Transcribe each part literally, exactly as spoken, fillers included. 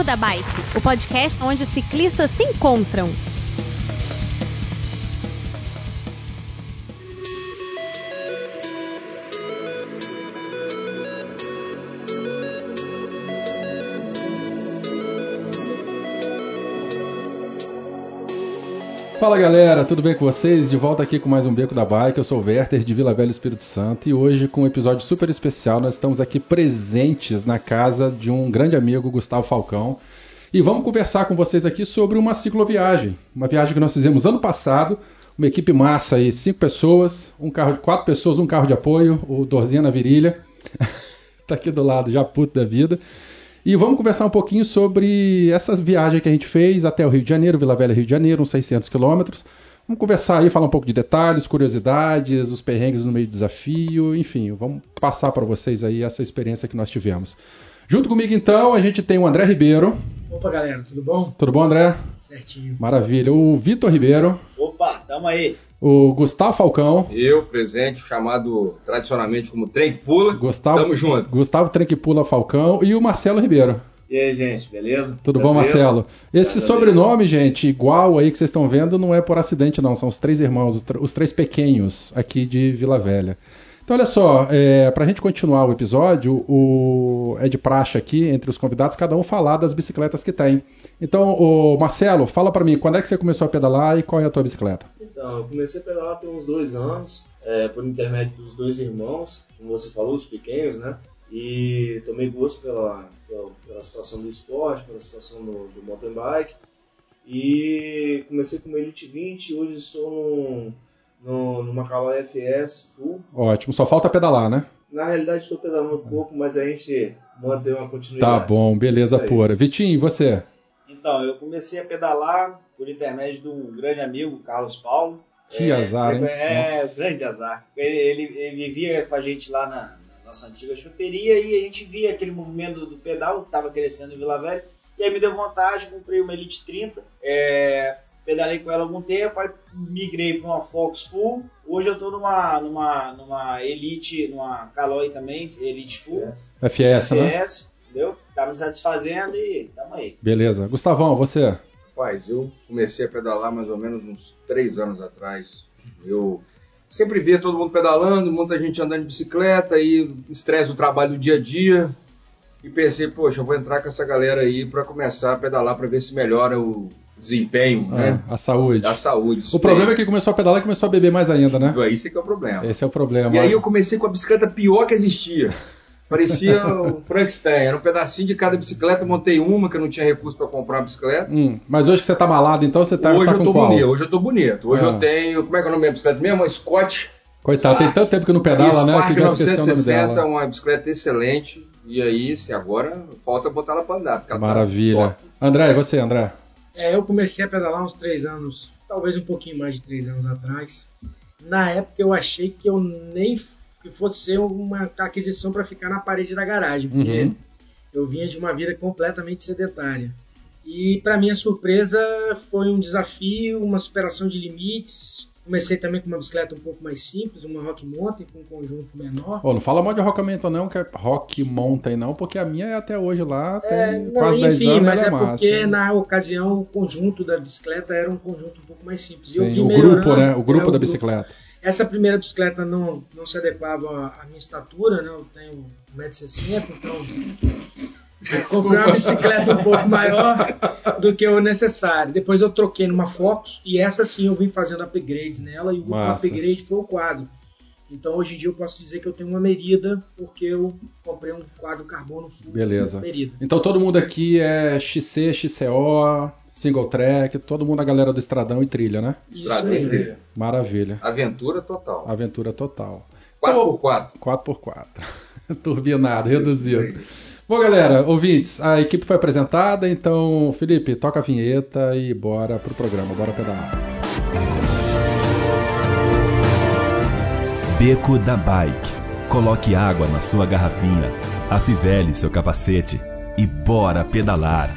da Bike, o podcast onde os ciclistas se encontram. Fala galera, tudo bem com vocês? De volta aqui com mais um Beco da Bike, eu sou o Werther de Vila Velha, Espírito Santo, e hoje com um episódio super especial, nós estamos aqui presentes na casa de um grande amigo, Gustavo Falcão, e vamos conversar com vocês aqui sobre uma cicloviagem, uma viagem que nós fizemos ano passado, uma equipe massa aí, cinco pessoas, um carro de quatro pessoas, um carro de apoio, o Dorzinha na virilha, tá aqui do lado, já puto da vida. E vamos conversar um pouquinho sobre essa viagem que a gente fez até o Rio de Janeiro, Vila Velha, Rio de Janeiro, uns seiscentos quilômetros. Vamos conversar aí, falar um pouco de detalhes, curiosidades, os perrengues no meio do desafio, enfim, vamos passar para vocês aí essa experiência que nós tivemos. Junto comigo então, a gente tem o André Ribeiro. Opa galera, tudo bom? Tudo bom, André? Certinho. Maravilha. O Vitor Ribeiro. Opa, tamo aí. O Gustavo Falcão. Eu, presente, chamado tradicionalmente como Trem que Pula. Gustavo, Tamo junto. Gustavo Trem que Pula Falcão e o Marcelo Ribeiro. E aí, gente, beleza? Tudo bom, Marcelo? Esse sobrenome, gente, igual aí que vocês estão vendo, não é por acidente não, são os três irmãos, os, tr- os três pequenos aqui de Vila Velha. Então, olha só, é, para a gente continuar o episódio, o, é de praxe aqui, entre os convidados, cada um falar das bicicletas que tem. Então, o Marcelo, fala para mim, quando é que você começou a pedalar e qual é a tua bicicleta? Então, eu comecei a pedalar tem uns dois anos, é, por intermédio dos dois irmãos, como você falou, os pequenos, né? E tomei gosto pela, pela, pela situação do esporte, pela situação do, do mountain bike. E comecei com uma Elite vinte e hoje estou num... No, numa Caloi F S Full. Ótimo, só falta pedalar, né? Na realidade estou pedalando um pouco, mas a gente mantém uma continuidade. Tá bom, beleza pura. Vitinho, e você? Então, eu comecei a pedalar por intermédio de um grande amigo, Carlos Paulo. Que é, azar, hein? É, Nossa. Grande azar. Ele, ele, ele vivia com a gente lá na, na nossa antiga choperia e a gente via aquele movimento do pedal que estava crescendo em Vila Velha. E aí me deu vontade, comprei uma Elite trinta. É... Pedalei com ela há algum tempo, aí migrei para uma Fox Full. Hoje eu estou numa, numa, numa Elite, numa Caloi também, Elite Full. F S, né? F S, entendeu? Tá me satisfazendo e tamo aí. Beleza. Gustavão, você? Rapaz, eu comecei a pedalar mais ou menos uns três anos atrás. Eu sempre via todo mundo pedalando, muita gente andando de bicicleta, aí estresse do trabalho do dia a dia. E pensei, poxa, eu vou entrar com essa galera aí para começar a pedalar para ver se melhora o desempenho, ah, né? A saúde. A saúde. O problema é que começou a pedalar e começou a beber mais ainda, né? Esse que é o problema. Esse é o problema. E aí eu comecei com a bicicleta pior que existia. Parecia um Frankenstein. Era um pedacinho de cada bicicleta. Montei uma que eu não tinha recurso para comprar uma bicicleta. Hum, mas hoje que você tá malado, então você tá, hoje tá eu com tô qual? bonito. Hoje eu tô bonito. Hoje ah. eu tenho... Como é que é o nome da minha bicicleta mesmo? Uma Scott. Coitado, Spark. Tem tanto tempo que não pedala, Spark né? Que já esqueceu novecentos e sessenta, o nome dela. uma bicicleta excelente. E aí, se agora falta botar ela para andar. Maravilha. Tá André, e você, André? É, eu comecei a pedalar uns três anos, talvez um pouquinho mais de três anos atrás. Na época eu achei que eu nem que fosse ser uma aquisição para ficar na parede da garagem, porque uhum. eu vinha de uma vida completamente sedentária. E para minha surpresa foi um desafio, uma superação de limites. Comecei também com uma bicicleta um pouco mais simples, uma Rock Mountain com um conjunto menor. Oh, não fala mal de Rock Mountain não, que é Rock Mountain não, porque a minha é até hoje lá, tem é, não, quase enfim, dez anos, mas é massa, porque né? na ocasião o conjunto da bicicleta era um conjunto um pouco mais simples. Sim, eu vim o grupo, né? O grupo é, da o bicicleta. Grupo. Essa primeira bicicleta não, não se adequava à minha estatura, né? Eu tenho um metro e sessenta, então eu comprei uma bicicleta um pouco maior do que o necessário. Depois eu troquei numa Fox e essa sim eu vim fazendo upgrades nela e o último upgrade foi o quadro. Então hoje em dia eu posso dizer que eu tenho uma Merida porque eu comprei um quadro carbono full. Beleza. Merida. Então todo mundo aqui é X C, X C O, single track, todo mundo a galera do Estradão e trilha, né? Estradão e trilha. Maravilha. Aventura total. Aventura total. quatro por quatro. quatro por quatro. Turbinado, reduzido. Bom, galera, ouvintes, a equipe foi apresentada, então, Felipe, toca a vinheta e bora pro programa, bora pedalar. Beco da Bike. Coloque água na sua garrafinha, afivele seu capacete e bora pedalar.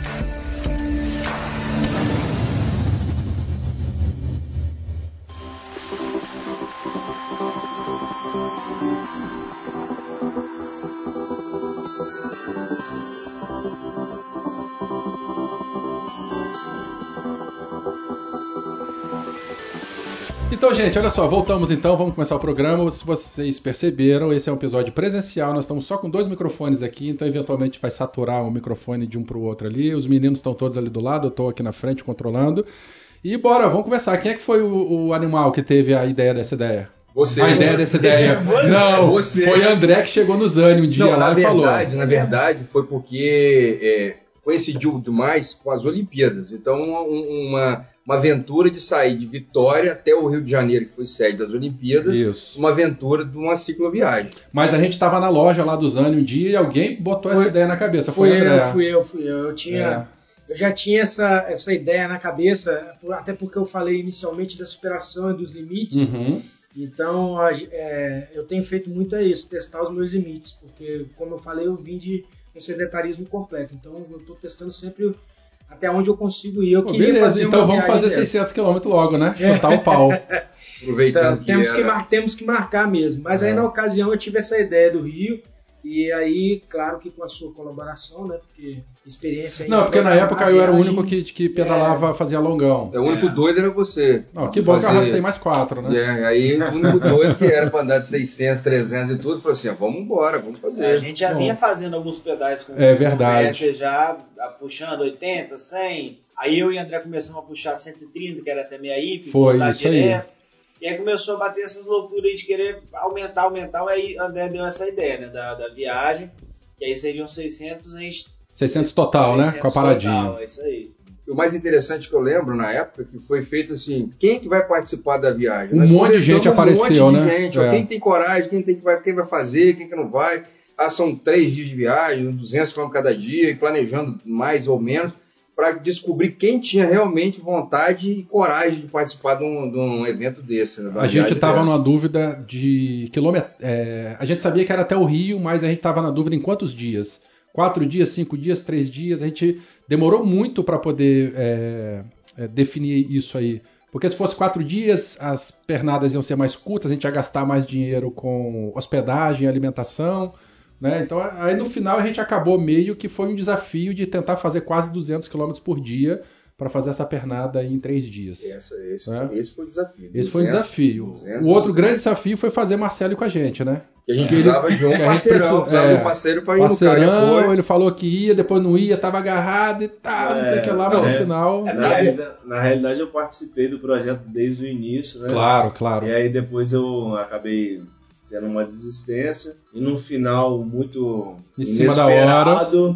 Então, gente, olha só, voltamos então, vamos começar o programa. Se vocês perceberam, esse é um episódio presencial, nós estamos só com dois microfones aqui, então eventualmente vai saturar o microfone de um para o outro ali. Os meninos estão todos ali do lado, eu estou aqui na frente controlando. E bora, vamos começar. Quem é que foi o, o animal que teve a ideia dessa ideia? Você. A ideia dessa ideia. Não, você. Foi André que chegou no Zânio um dia Não, lá na e falou. verdade, na verdade, foi porque é, coincidiu demais com as Olimpíadas. Então, um, uma, uma aventura de sair de Vitória até o Rio de Janeiro, que foi sede das Olimpíadas. Isso. Uma aventura de uma cicloviagem. Mas a gente estava na loja lá do Zânio um dia e alguém botou Foi- essa ideia na cabeça. Foi Fui André. eu, fui eu, fui eu. Eu tinha... É. Eu já tinha essa, essa ideia na cabeça, até porque eu falei inicialmente da superação e dos limites. Uhum. Então, a- é, eu tenho feito muito é isso, testar os meus limites, porque, como eu falei, eu vim de um sedentarismo completo. Então, eu estou testando sempre até onde eu consigo ir. Eu Pô, queria beleza, fazer então uma vamos viagem fazer dessa. seiscentos quilômetros logo, né? Chutar o pau. Aproveitando Então, que temos, era... que mar- temos que marcar mesmo. Mas É. aí, na ocasião, eu tive essa ideia do Rio. E aí, claro que com a sua colaboração, né? Porque experiência... em Não, porque na programar época eu era o viagem- único que, que pedalava, fazia longão. É, o único É. doido era você. Não, que bom que eu Fazer- arrastei mais quatro, né? É, aí o único doido que era para andar de seiscentos, trezentos e tudo, falou assim, ó, vamos embora, vamos A fazer. gente já Bom. vinha fazendo alguns pedais com É com verdade. o Werther, já ah, puxando oitenta, cem. Aí eu e o André começamos a puxar cento e trinta, que era até meia hippie, Foi, voltar isso aí. direto. E aí começou a bater essas loucuras aí de querer aumentar, aumentar. Aí o André deu essa ideia, né, da, da viagem. Que aí seriam seiscentos, a gente... seiscentos total, né? Com a seiscentos paradinha. total, é isso aí. O mais interessante que eu lembro na época que foi feito assim, quem que vai participar da viagem? Um Nós monte de gente conversamos apareceu, um monte de né? gente, ó, É. quem tem coragem, quem, tem que vai, quem vai fazer, quem que não vai. Ah, são três dias de viagem, duzentos quilômetros cada dia, e planejando mais ou menos, para descobrir quem tinha realmente vontade e coragem de participar de um, de um evento desse. Né, de uma A gente viagem estava dessa. numa dúvida de quilômetro. É, a gente sabia que era até o Rio, mas a gente estava na dúvida em quantos dias. Quatro dias, cinco dias, três dias. A gente demorou muito para poder é, é, definir isso aí. Porque se fosse quatro dias, as pernadas iam ser mais curtas, a gente ia gastar mais dinheiro com hospedagem, alimentação. Né? Então, aí no final a gente acabou meio que foi um desafio de tentar fazer quase duzentos quilômetros por dia para fazer essa pernada aí em três dias. Essa, esse, É. esse foi o desafio. Esse foi o duzentos, desafio. duzentos, O outro grande desafio foi fazer Marcelo com a gente, né? que a gente Que ele- precisava de um que a gente parceirão, precisa- precisava é, de um parceiro para ir no carro de Parceirão, apoio. ele falou que ia, depois não ia, tava agarrado e tal, não sei o que lá, mas não, no é. final... É Na, realida- na realidade, eu participei do projeto desde o início, né? Claro, claro. E aí depois eu acabei tendo uma desistência. E num final muito Em cima da hora. inesperado,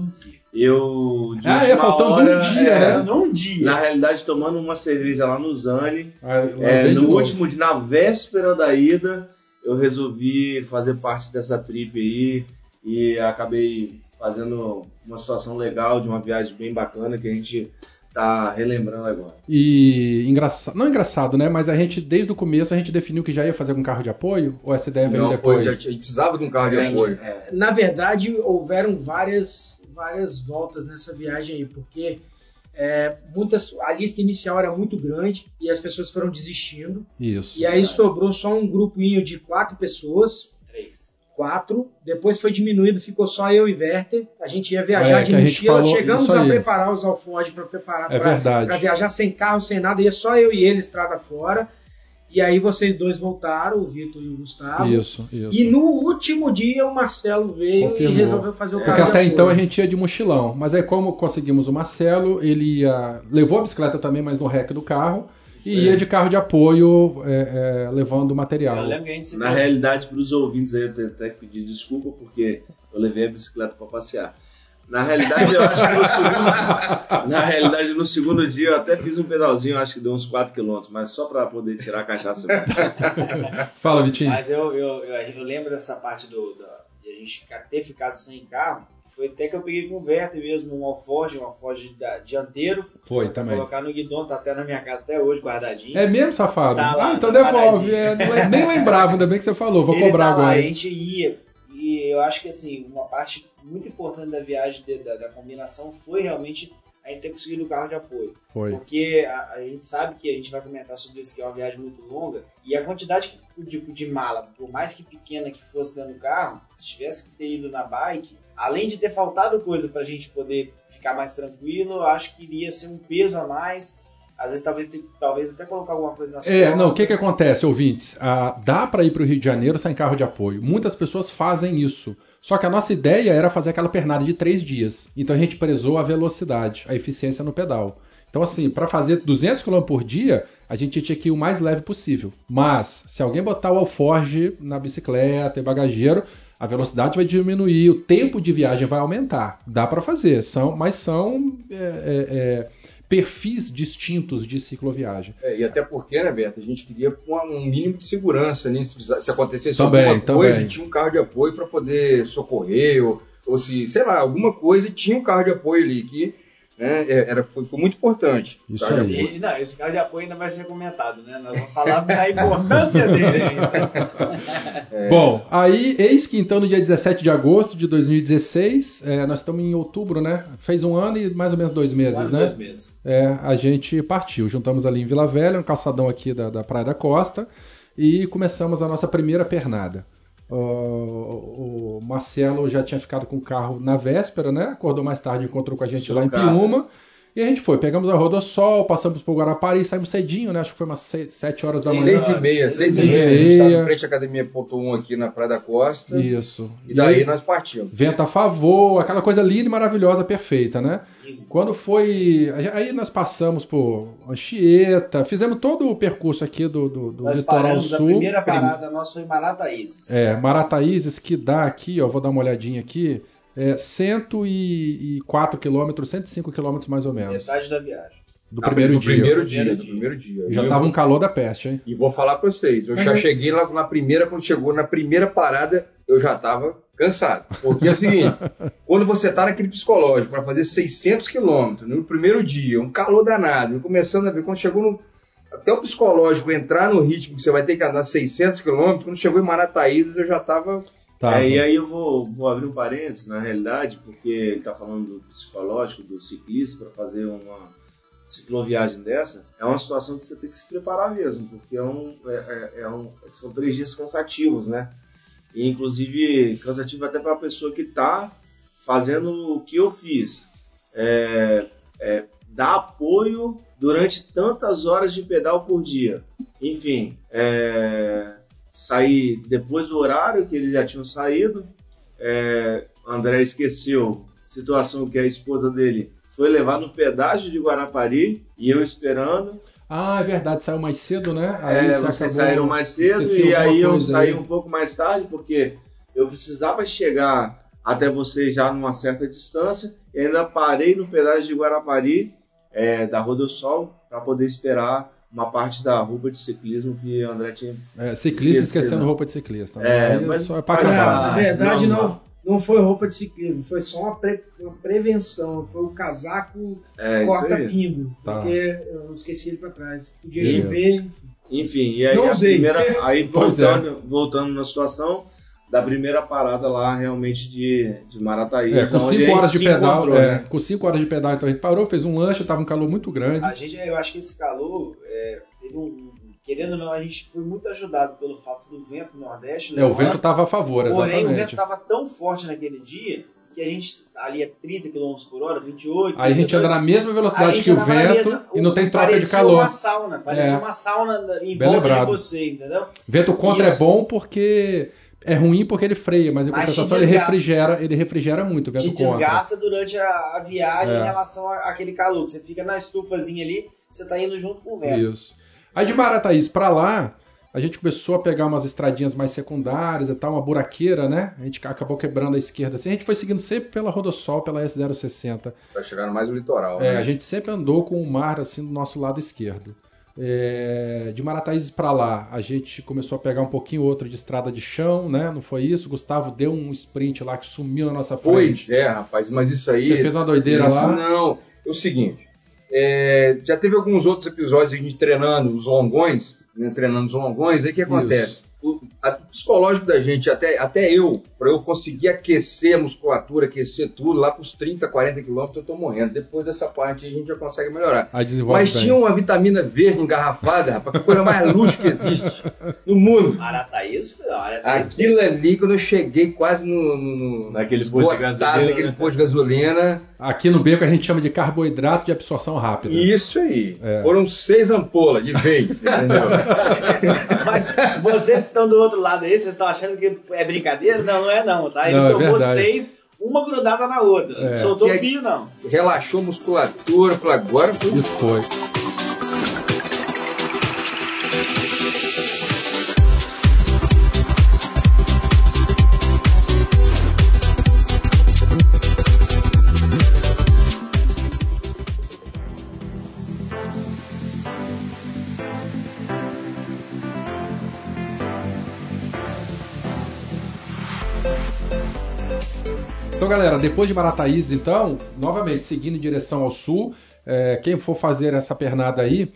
eu... de Ah, é, última faltando hora, um dia, é, né? Num dia. Na realidade, tomando uma cerveja lá no Zani, Aí, lá é, veio de no novo. último dia, na véspera da ida, eu resolvi fazer parte dessa trip aí e acabei fazendo uma situação legal de uma viagem bem bacana que a gente tá relembrando agora. E engraçado, não engraçado, né? Mas a gente, desde o começo, a gente definiu que já ia fazer com carro de apoio? Ou essa ideia veio Não, foi, depois? já tinha- precisava de um carro de É, apoio. é, Na verdade, houveram várias, várias voltas nessa viagem aí, porque é, muitas, a lista inicial era muito grande e as pessoas foram desistindo. Isso. E aí sobrou só um grupinho de quatro pessoas, Três. quatro. Depois foi diminuído, ficou só eu e Werther. A gente ia viajar É, de que a gente mochila. falou Chegamos isso a aí. preparar os alforjes para preparar É para verdade. viajar sem carro, sem nada. Ia só eu e ele estrada fora. E aí vocês dois voltaram, o Vitor e o Gustavo. Isso, isso. E no último dia o Marcelo veio Confirmou. e resolveu fazer o Porque carro de até apoio. então a gente ia de mochilão. Mas aí como conseguimos o Marcelo, ele ia, levou a bicicleta também, mas no rack do carro. E Sim. ia de carro de apoio é, é, levando o material. Eu lembro que a gente se Na realidade, para os ouvintes aí, eu tenho até que pedir desculpa porque eu levei a bicicleta para passear. Na realidade, eu acho que no segundo, na realidade, no segundo dia eu até fiz um pedalzinho, acho que deu uns quatro quilômetros, mas só para poder tirar a cachaça. Fala, Vitinho. Mas eu, eu, eu, eu lembro dessa parte do, da- de a gente ficar- ter ficado sem carro. Foi até que eu peguei com o Werther mesmo, um alforje, um alforje da- dianteiro. Foi Pra também. colocar no guidão, tá até na minha casa até hoje, guardadinho. É mesmo, safado? Tá lá, ah, então tá devolve. paradinho. É, não le- nem lembrava, ainda bem que você falou. Vou Ele cobrar tá lá, agora. a gente ia. E eu acho que assim, uma parte muito importante da viagem, de- da, da combinação, foi realmente a gente ter conseguido o carro de apoio. Foi. Porque a, a gente sabe que a gente vai comentar sobre isso, que é uma viagem muito longa, e a quantidade de, de mala, por mais que pequena que fosse dentro do carro, se tivesse que ter ido na bike, além de ter faltado coisa pra gente poder ficar mais tranquilo, eu acho que iria ser um peso a mais. Às vezes, talvez, talvez até colocar alguma coisa nas É, costas. não, o que que acontece, ouvintes? Ah, dá para ir para o Rio de Janeiro sem carro de apoio. Muitas pessoas fazem isso. Só que a nossa ideia era fazer aquela pernada de três dias. Então a gente prezou a velocidade, a eficiência no pedal. Então, assim, para fazer duzentos quilômetros por dia, a gente tinha que ir o mais leve possível. Mas, se alguém botar o alforge na bicicleta e bagageiro, a velocidade vai diminuir, o tempo de viagem vai aumentar. Dá para fazer, são, mas são é, é, é, perfis distintos de cicloviagem. É, e até porque, né, Beto, a gente queria um mínimo de segurança, né? Se, se acontecesse também, alguma coisa, também. tinha um carro de apoio para poder socorrer, ou, ou se, sei lá, alguma coisa, tinha um carro de apoio ali que... Né, era, foi, foi muito importante. Isso aí. E, não, esse carro de apoio ainda vai ser comentado, né? Nós vamos falar da importância dele. Então. É. Bom, aí, eis que então no dia dezessete de agosto de dois mil e dezesseis, é, nós estamos em outubro, né? Fez um ano e mais ou menos dois meses, Quase né? dois meses. É, a gente partiu. Juntamos ali em Vila Velha, um calçadão aqui da, da Praia da Costa, e começamos a nossa primeira pernada. Uh, o Marcelo já tinha ficado com o carro na véspera, né? Acordou mais tarde, encontrou com a gente lá em Piúma. E a gente foi, pegamos a Rodossol, passamos por Guarapari, saímos cedinho, né? Acho que foi umas sete horas da manhã. Seis e meia, seis e meia. A gente estava em frente à Academia Ponto um aqui na Praia da Costa. Isso. E daí e aí, nós partimos. Vento a favor, aquela coisa linda e maravilhosa, perfeita, né? Quando foi... Aí nós passamos por Anchieta, fizemos todo o percurso aqui do, do, do nós litoral paramos, sul. A primeira parada nossa foi em Marataízes. É, Marataízes, que dá aqui, ó, vou dar uma olhadinha aqui, é cento e quatro quilômetros, cento e cinco quilômetros mais ou menos. Metade da viagem. Do Ah, primeiro do dia. Primeiro dia. Do primeiro dia. E já tava um calor da peste, hein? E vou falar pra vocês, eu já cheguei lá na primeira, quando chegou na primeira parada, eu já tava cansado. Porque é o seguinte, quando você tá naquele psicológico para fazer seiscentos quilômetros no primeiro dia, um calor danado, começando a ver, quando chegou no... Até o psicológico entrar no ritmo que você vai ter que andar seiscentos quilômetros, quando chegou em Marataízes eu já tava... Tá, é, e aí eu vou, vou abrir um parênteses, na realidade, porque ele está falando do psicológico, do ciclista, para fazer uma cicloviagem dessa, é uma situação que você tem que se preparar mesmo, porque é um, é, é um, são três dias cansativos, né? E, inclusive, cansativo até para a pessoa que está fazendo o que eu fiz. É, é, dar apoio durante tantas horas de pedal por dia. Enfim, é... sair depois do horário que eles já tinham saído. É, André esqueceu a situação que a esposa dele foi levar no pedágio de Guarapari e eu esperando. Ah, é verdade, saiu mais cedo, né? Aí é, vocês saíram mais cedo e aí eu saí aí. um pouco mais tarde porque eu precisava chegar até vocês já numa certa distância e ainda parei no pedágio de Guarapari, é, da Rodossol, para poder esperar uma parte da roupa de ciclismo que o André tinha é, ciclista esquecido, esquecendo roupa de ciclista. Né? É, mas só é pra acabar. Na verdade, não, não, não foi roupa de ciclismo, foi só uma, pre, uma prevenção. Foi o casaco é, corta-pingo, tá. porque eu esqueci ele pra trás. Podia chover, enfim. Enfim, e aí, não a usei. primeira, aí voltando, é. voltando na situação da primeira parada lá realmente de, de Marataízes. É, com cinco horas de pedal, é, né? com cinco horas de pedal, então a gente parou, fez um lanche, tava um calor muito grande. A gente, eu acho que esse calor, é, teve um, querendo ou não, a gente foi muito ajudado pelo fato do vento no Nordeste. É, levando, o vento tava a favor, exatamente. Porém, o vento tava tão forte naquele dia que a gente ali é trinta quilômetros por hora, vinte e oito. Aí a gente anda na mesma velocidade que o vento mesma, e não tem troca de calor. Parecia uma sauna, parecia é. uma sauna em Bem volta lembrado. de você, entendeu? Vento contra Isso. é bom porque é ruim porque ele freia, mas em compensação ele refrigera, ele refrigera muito o vento te contra. desgasta durante a, a viagem é. em relação àquele calor, que você fica na estufazinha ali, você tá indo junto com o vento. Isso. Aí de Marataízes pra lá, a gente começou a pegar umas estradinhas mais secundárias e tal, uma buraqueira, né? A gente acabou quebrando a esquerda assim. A gente foi seguindo sempre pela Rodossol, pela S zero sessenta. Pra chegar mais no litoral, é, né? A gente sempre andou com o mar assim do nosso lado esquerdo. É, de Marataízes para lá, a gente começou a pegar um pouquinho outro de estrada de chão, né? Não foi isso? Gustavo deu um sprint lá que sumiu na nossa frente. Pois é, rapaz, mas isso aí... Você fez uma doideira isso, lá? Não, é o seguinte, é, já teve alguns outros episódios a gente treinando os longões, né, treinando os longões, aí o que acontece? O, a, o psicológico da gente, até, até eu, para eu conseguir aquecer a musculatura, aquecer tudo, lá para os trinta, quarenta quilômetros eu estou morrendo. Depois dessa parte a gente já consegue melhorar. Mas bem. Tinha uma vitamina verde engarrafada, rapaz, que coisa mais luxo que existe no mundo. Marataízes, aquilo ali, quando eu cheguei quase no... no naquele posto de gasolina. Naquele né? posto de gasolina. Aqui no beco a gente chama de carboidrato de absorção rápida. Isso aí. É. Foram seis ampolas de vez, entendeu? Mas vocês que estão do outro lado aí, vocês estão achando que é brincadeira? Não, não é não, tá? Ele não, tomou é seis, uma grudada na outra. Não é. soltou o pio, não. Relaxou a musculatura, falou, agora foi. Isso foi. Então, galera, depois de Marataízes, então, novamente, seguindo em direção ao sul, é, quem for fazer essa pernada aí,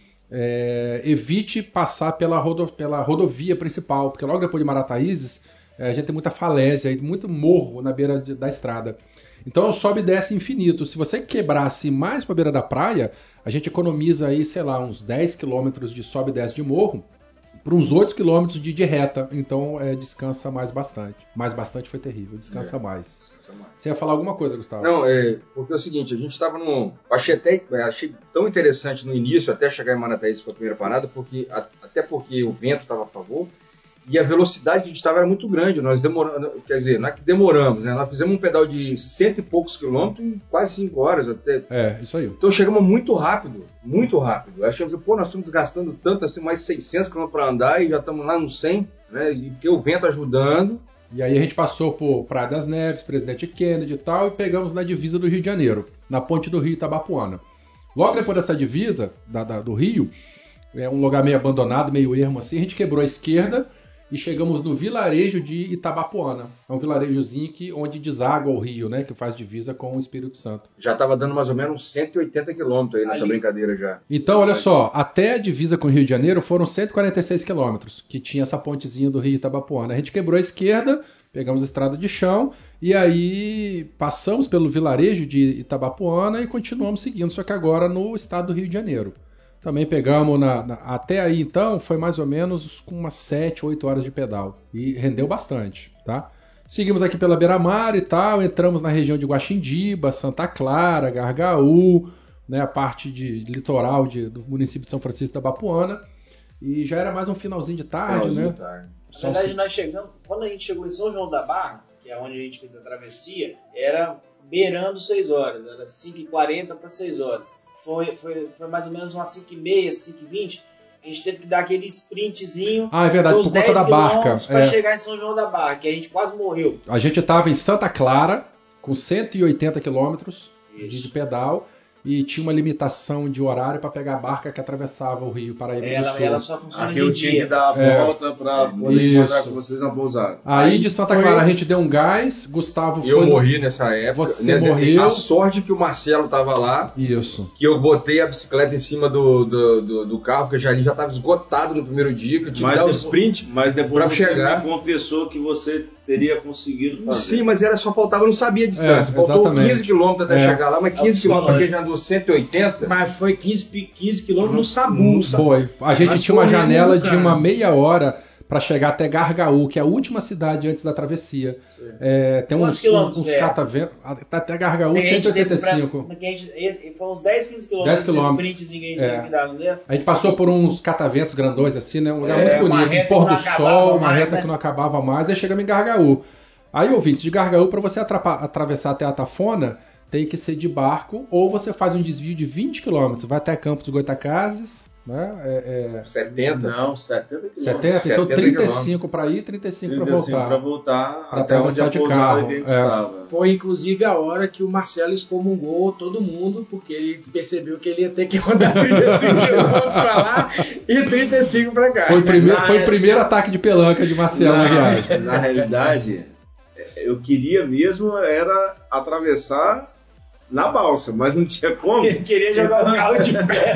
é, evite passar pela, rodo, pela rodovia principal, porque logo depois de Marataízes, é, a gente tem muita falésia e muito morro na beira de, da estrada. Então, sobe e desce infinito. Se você quebrasse mais para a beira da praia, a gente economiza aí, sei lá, uns dez quilômetros de sobe e desce de morro, por uns oito quilômetros de, de reta, então é, descansa mais bastante. Mais bastante foi terrível, descansa, é, mais. descansa mais. Você ia falar alguma coisa, Gustavo? Não, é, porque é o seguinte, a gente estava num... Achei, até, achei tão interessante no início, até chegar em Marataízes, foi a primeira parada, porque, até porque o vento estava a favor, e a velocidade que a gente estava era muito grande. Nós demoramos, quer dizer, não é que demoramos, né? Nós fizemos um pedal de cento e poucos quilômetros em quase cinco horas até. É, isso aí. Então chegamos muito rápido, muito rápido. Achamos, pô, nós estamos desgastando tanto, assim, mais seiscentos quilômetros para andar e já estamos lá nos cem, né? E porque o vento ajudando. E aí a gente passou por Praia das Neves, Presidente Kennedy e tal, e pegamos na divisa do Rio de Janeiro, na ponte do Rio Itabapuana. Logo depois dessa divisa da, da, do Rio, é um lugar meio abandonado, meio ermo assim, a gente quebrou a esquerda e chegamos no vilarejo de Itabapuana. É um vilarejozinho que, onde deságua o rio, né? Que faz divisa com o Espírito Santo. Já estava dando mais ou menos cento e oitenta quilômetros aí nessa Ali. brincadeira já. Então, olha só, até a divisa com o Rio de Janeiro foram cento e quarenta e seis quilômetros, que tinha essa pontezinha do rio Itabapuana. A gente quebrou a esquerda, pegamos a estrada de chão, e aí passamos pelo vilarejo de Itabapuana e continuamos seguindo, só que agora no estado do Rio de Janeiro. Também pegamos, na, na, até aí então, foi mais ou menos com umas sete, oito horas de pedal. E rendeu bastante, tá? Seguimos aqui pela beira-mar e tal, entramos na região de Guaxindiba, Santa Clara, Gargaú, né, a parte de, de litoral de, do município de São Francisco da Bapuana. E já era mais um finalzinho de tarde, finalzinho né? De tarde. Na verdade, nós chegamos, quando a gente chegou em São João da Barra, que é onde a gente fez a travessia, era beirando seis horas, era cinco e quarenta para seis horas. Foi, foi, foi mais ou menos umas cinco e meia, cinco e vinte. A gente teve que dar aquele sprintzinho. Ah, é verdade, por conta da barca. Para é. chegar em São João da Barra, que a gente quase morreu. A gente estava em Santa Clara, com cento e oitenta quilômetros de pedal, e tinha uma limitação de horário para pegar a barca que atravessava o Rio Paraíba do ela, Sul. Ela só funciona Aqui de eu dia. tinha que dar a é. volta para poder Isso. encontrar com vocês na pousada. Aí de Santa Clara foi... a gente deu um gás, Gustavo foi... Eu morri nessa época. Você né? morreu. A sorte que o Marcelo tava lá. Isso. Que eu botei a bicicleta em cima do, do, do, do carro, porque já ali já estava esgotado no primeiro dia, que eu tive que dar um sprint mas depois pra você chegar. me confessou que você teria conseguido fazer. Sim, mas era só faltava, eu não sabia a distância. É, Faltou exatamente. quinze quilômetros até é. chegar lá, mas quinze quilômetros porque já andou cento e oitenta. Mas foi quinze, quinze quilômetros no Sabu. Foi. A gente mas tinha uma janela de uma meia hora para chegar até Gargaú, que é a última cidade antes da travessia. É, tem uns, uns, uns cataventos. Até Gargaú, cento e oitenta e cinco. Pra, gente, esse, foi uns dez, quinze quilômetros esse sprintzinho que a gente teve que dar, não deu? A gente passou por uns cataventos grandões assim, né? Um lugar é, muito bonito, um pôr do sol, uma reta né? que não acabava mais, aí chegamos em Gargaú. Aí, ouvintes, de Gargaú, para você atravessar até a Tafona, tem que ser de barco, ou você faz um desvio de vinte quilômetros, vai até Campos do Goitacazes, né? É, é... setenta? Não, setenta quilômetros. setenta? Então trinta e cinco para ir, trinta e cinco para voltar. para voltar pra até onde a de carro. É. Estava. Foi inclusive a hora que o Marcelo excomungou todo mundo, porque ele percebeu que ele ia ter que rodar trinta e cinco quilômetros para lá e trinta e cinco para cá. Foi o primeiro, foi o primeiro ataque de pelanca de Marcelo na, na viagem. Na realidade, eu queria mesmo era atravessar na balsa, mas não tinha como. Ele queria jogar o carro de pé.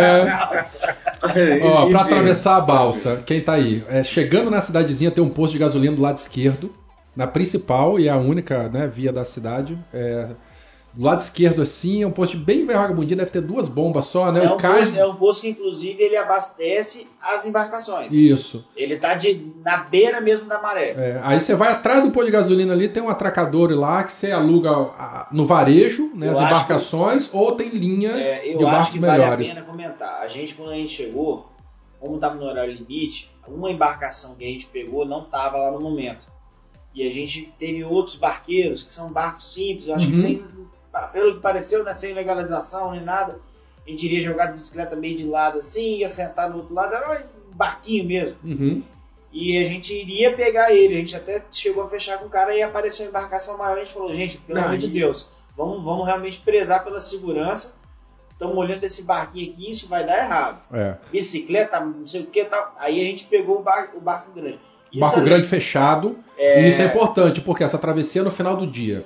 É, é. Ó, pra atravessar a balsa, quem tá aí? É, chegando na cidadezinha tem um posto de gasolina do lado esquerdo, na principal e a única, né, via da cidade. É, do lado esquerdo, assim, é um posto bem vagabundinho, deve ter duas bombas só, né? É o um, cais... posto, é um posto que, inclusive, ele abastece as embarcações. Isso. Ele tá de, na beira mesmo da maré. É, aí você vai atrás do posto de gasolina ali, tem um atracador lá que você aluga a, no varejo, né, as embarcações, que, ou tem linha é, eu de barcos acho que melhores. Vale a pena comentar. A gente, quando a gente chegou, como estava no horário limite, uma embarcação que a gente pegou não estava lá no momento. E a gente teve outros barqueiros, que são barcos simples, eu acho uhum. que sem, pelo que pareceu, né, sem legalização nem nada, a gente iria jogar as bicicletas meio de lado assim, ia sentar no outro lado, era um barquinho mesmo. Uhum. E a gente iria pegar ele, a gente até chegou a fechar com o cara e apareceu uma embarcação maior, a gente falou, gente, pelo amor de Deus, vamos, vamos realmente prezar pela segurança, estamos olhando esse barquinho aqui, isso vai dar errado. É. Bicicleta, não sei o que tal. Aí a gente pegou o barco, o barco grande. Isso barco ali, grande fechado, é... e isso é importante, porque essa travessia é no final do dia.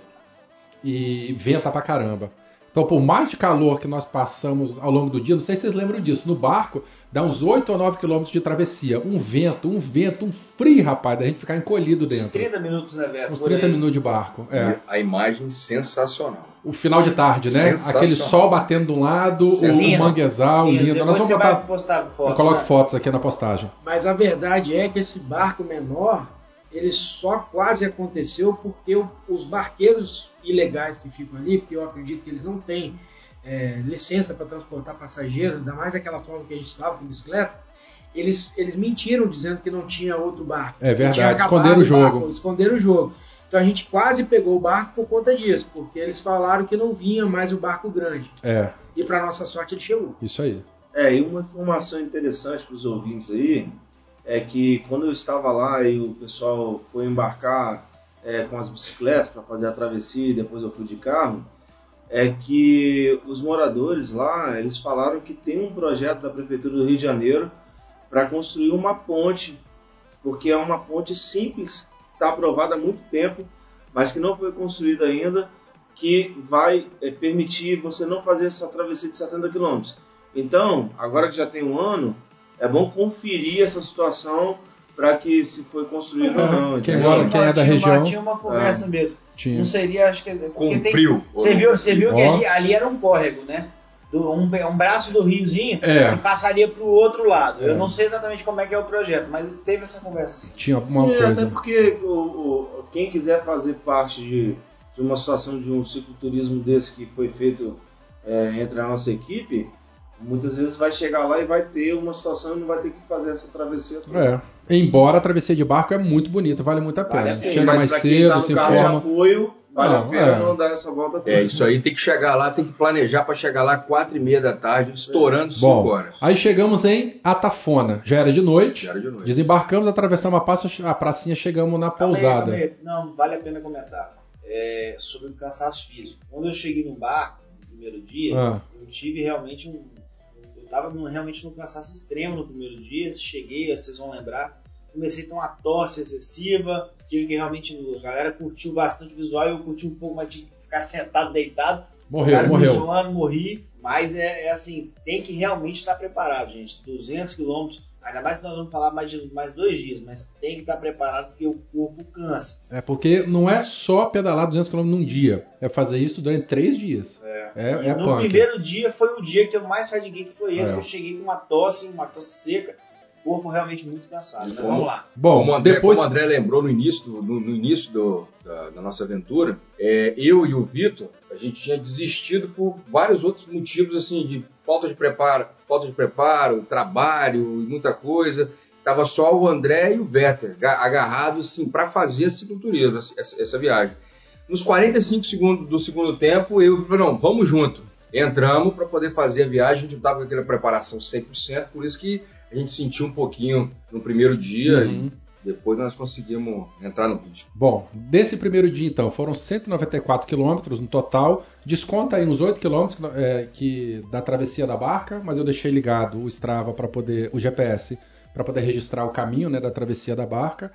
E venta pra caramba. Então, por mais de calor que nós passamos ao longo do dia, não sei se vocês lembram disso, no barco dá uns oito ou nove quilômetros de travessia. Um vento, um vento, um frio, rapaz, da gente ficar encolhido dentro. Uns trinta minutos, né, Beto? Uns trinta minutos de barco. É. A imagem sensacional. O final de tarde, né? Aquele sol batendo de um lado, o manguezal, lindo. lindo. Depois nós você vamos vai botar... postar fotos. Eu coloco né? fotos aqui na postagem. Mas a verdade é que esse barco menor, ele só quase aconteceu porque o, os barqueiros ilegais que ficam ali, porque eu acredito que eles não têm é, licença para transportar passageiros, ainda mais daquela forma que a gente estava com bicicleta, eles, eles mentiram dizendo que não tinha outro barco. É verdade, esconderam o jogo. Barco, esconderam o jogo. Então a gente quase pegou o barco por conta disso, porque eles falaram que não vinha mais o barco grande. É. E para nossa sorte ele chegou. Isso aí. É, e uma informação interessante para os ouvintes aí, é que quando eu estava lá e o pessoal foi embarcar é, com as bicicletas para fazer a travessia e depois eu fui de carro, é que os moradores lá, eles falaram que tem um projeto da Prefeitura do Rio de Janeiro para construir uma ponte, porque é uma ponte simples, está aprovada há muito tempo, mas que não foi construída ainda, que vai é, permitir você não fazer essa travessia de setenta quilômetros. Então, agora que já tem um ano, é bom conferir essa situação para que se foi construído é, ou não. Quem, mora, quem é da região... Uma, tinha uma conversa é. mesmo. Tinha. Não seria, acho que... Cumpriu. Você viu, você viu que ali, ali era um córrego, né? Do, um, um braço do riozinho é. que passaria para o outro lado. É. Eu não sei exatamente como é que é o projeto, mas teve essa conversa assim. Tinha uma Sim, coisa. Até porque o, o, quem quiser fazer parte de, de uma situação de um cicloturismo desse que foi feito é, entre a nossa equipe, muitas vezes vai chegar lá e vai ter uma situação e não vai ter que fazer essa travessia toda. É. Embora a travessia de barco é muito bonita, vale muito a pena. Vale, Chega mas mais pra cedo, tá se informa. informa. De apoio, vale não, a pena é. não dar essa volta toda. É, isso aí tem que chegar lá, tem que planejar para chegar lá quatro e meia da tarde, estourando cinco Bom, horas. Aí chegamos em Atafona. Já era de noite. Já era de noite. Desembarcamos, atravessamos a, praça, a pracinha, chegamos na pousada. Calma aí, calma aí. Não, vale a pena comentar. É, sobre o cansaço físico. Quando eu cheguei no barco, no primeiro dia, ah. eu tive realmente um... Eu estava realmente num cansaço extremo no primeiro dia. Cheguei, vocês vão lembrar. Comecei a ter uma tosse excessiva. Tive que realmente... A galera curtiu bastante o visual. Eu curti um pouco, mas tive que ficar sentado, deitado. Morreu, o cara morreu. Me zoando, morri. Mas é, é assim, tem que realmente estar preparado, gente. duzentos quilômetros, ainda mais que nós vamos falar mais de mais dois dias, mas tem que estar preparado porque o corpo cansa. É porque não é só pedalar duzentos quilômetros num dia. É fazer isso durante três dias. É. É, e é no punk. primeiro dia foi o dia que eu mais fadiguei, que foi esse, É. que eu cheguei com uma tosse, uma tosse seca, corpo realmente muito cansado. Mas Como- vamos lá. Bom, Como o André, depois... como o André lembrou no início, do, no, no início do, da, da nossa aventura, é, eu e o Vitor, a gente tinha desistido por vários outros motivos, assim, de falta de preparo, falta de preparo, trabalho e muita coisa. Tava só o André e o Werther ga- agarrados, assim, para fazer cicloturismo, essa, essa viagem. Nos quarenta e cinco segundos do segundo tempo, eu falei, não, vamos junto. Entramos para poder fazer a viagem, a gente não estava com aquela preparação cem por cento, por isso que a gente sentiu um pouquinho no primeiro dia Uhum. e depois nós conseguimos entrar no ritmo. Bom, desse primeiro dia, então, foram cento e noventa e quatro quilômetros no total. Desconta aí uns oito quilômetros é, que, da travessia da barca, mas eu deixei ligado o Strava para poder, o G P S, para poder registrar o caminho, né, da travessia da barca.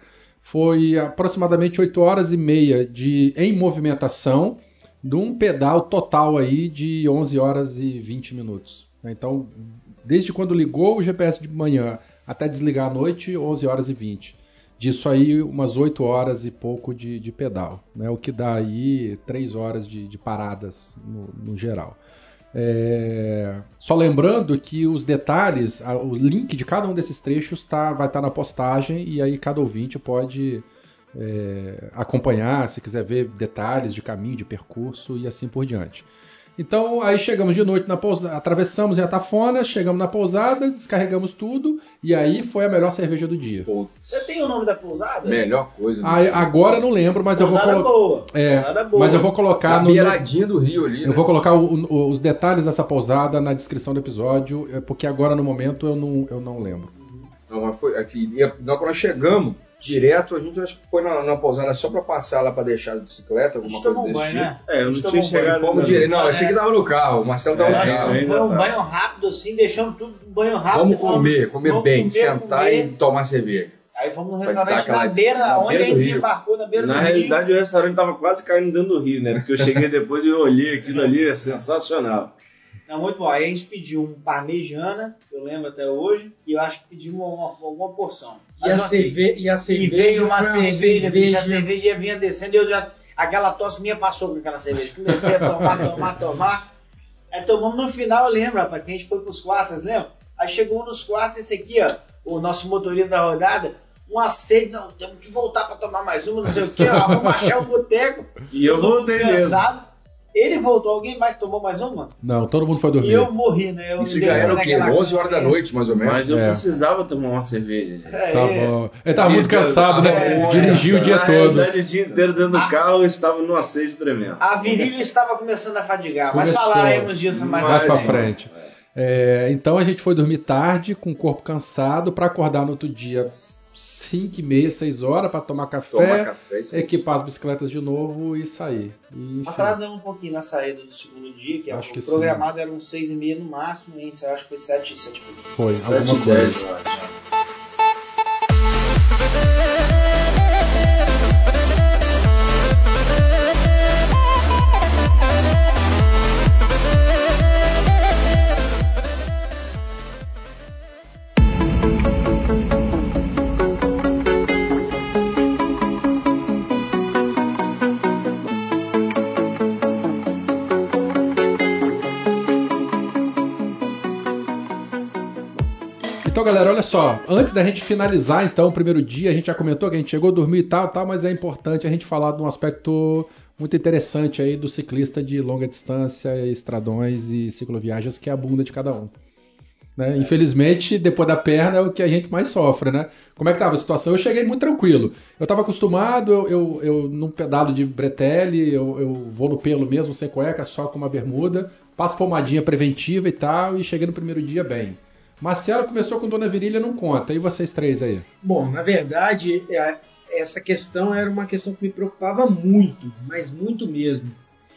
Foi aproximadamente oito horas e meia de, em movimentação, de um pedal total aí de onze horas e vinte minutos. Então, desde quando ligou o G P S de manhã até desligar à noite, onze horas e vinte. disso aí umas oito horas e pouco de, de pedal, né? O que dá aí três horas de, de paradas no, no geral. É... Só lembrando que os detalhes, a, o link de cada um desses trechos tá, vai estar tá na postagem e aí cada ouvinte pode é, acompanhar, se quiser ver detalhes de caminho, de percurso e assim por diante. Então aí chegamos de noite na pousada, atravessamos em Atafona, chegamos na pousada, descarregamos tudo e aí foi a melhor cerveja do dia. Você tem o nome da pousada? Melhor coisa. Ah, agora eu não lembro, mas pousada eu vou colocar. É, boa. Mas eu vou colocar na no beiradinha do rio ali. Eu né? vou colocar o, o, os detalhes dessa pousada na descrição do episódio, porque agora no momento eu não, eu não lembro. Não, mas foi aqui. Quando nós chegamos direto, a gente acho que foi na, na pousada só pra passar lá pra deixar as bicicletas, alguma coisa desse banho, tipo. Né? É, eu não tinha chegado. Fomos direto. Não, achei que tava no carro. O Marcelo tava é, no carro. Foi um banho rápido assim, deixamos tudo um banho rápido. Vamos comer, fomos, comer vamos bem, comer, sentar comer. e tomar cerveja. Aí fomos no Vai restaurante dar aquela- na beira, na onde beira a gente do se rio. embarcou, na beira Na do realidade, rio. o restaurante tava quase caindo dentro do rio, né? Porque eu cheguei depois e eu olhei aquilo ali, é sensacional. Não, muito bom. Aí a gente pediu um parmegiana, que eu lembro até hoje, e eu acho que pedimos uma, uma porção. E a, Mas, ok. cerve e a E cerveja. veio uma foi cerveja, bicho, a cerveja ia vinha descendo e eu já. Aquela tosse minha passou com aquela cerveja. Comecei a tomar, tomar, tomar. Aí tomamos no final, eu lembro, rapaz, que a gente foi pros quartos, vocês lembram? Aí chegou nos quartos, esse aqui, ó, o nosso motorista da rodada, uma sede, não, temos que voltar pra tomar mais uma, não sei o quê, ó, vamos achar um boteco. E eu Todo mundo voltei mesmo. cansado. Ele voltou, alguém mais tomou mais uma? Não, todo mundo foi dormir. E eu morri, né? Eu Isso me já dei era o quê? naquela onze horas da noite, mais ou menos. Mas eu É. precisava tomar uma cerveja, gente. É, Tá é. bom. Ele tava muito cansado, né? É, Dirigiu o dia Na todo. realidade, o dia inteiro dentro do carro eu estava numa sede tremenda. A virilha estava começando a fadigar, mas Começou. falaremos disso mais Mais pra adiante. frente. É, então a gente foi dormir tarde, com o corpo cansado, pra acordar no outro dia cinco e meia, seis horas, pra tomar café, Tomar café, isso aí. equipar as bicicletas de novo e sair. E, enfim. Atrasamos um pouquinho na saída do segundo dia, que, Acho o que programado era uns seis e meia no máximo, e a gente acho que foi sete, sete e pouco. Foi, sete alguma e coisa. dez, eu acho. Então, galera, olha só. Antes da gente finalizar, então, o primeiro dia, a gente já comentou que a gente chegou, dormiu e tal, tal, mas é importante a gente falar de um aspecto muito interessante aí do ciclista de longa distância, estradões e cicloviagens, que é a bunda de cada um. Né? É. Infelizmente, depois da perna é o que a gente mais sofre, né? Como é que tava a situação? Eu cheguei muito tranquilo. Eu estava acostumado, eu, eu, eu num pedalo de bretelle, eu, eu vou no pelo mesmo, sem cueca, só com uma bermuda, passo pomadinha preventiva e tal, e cheguei no primeiro dia bem. Marcelo começou com Dona Virília, não conta. E vocês três aí? Bom, na verdade, essa questão era uma questão que me preocupava muito, mas muito mesmo.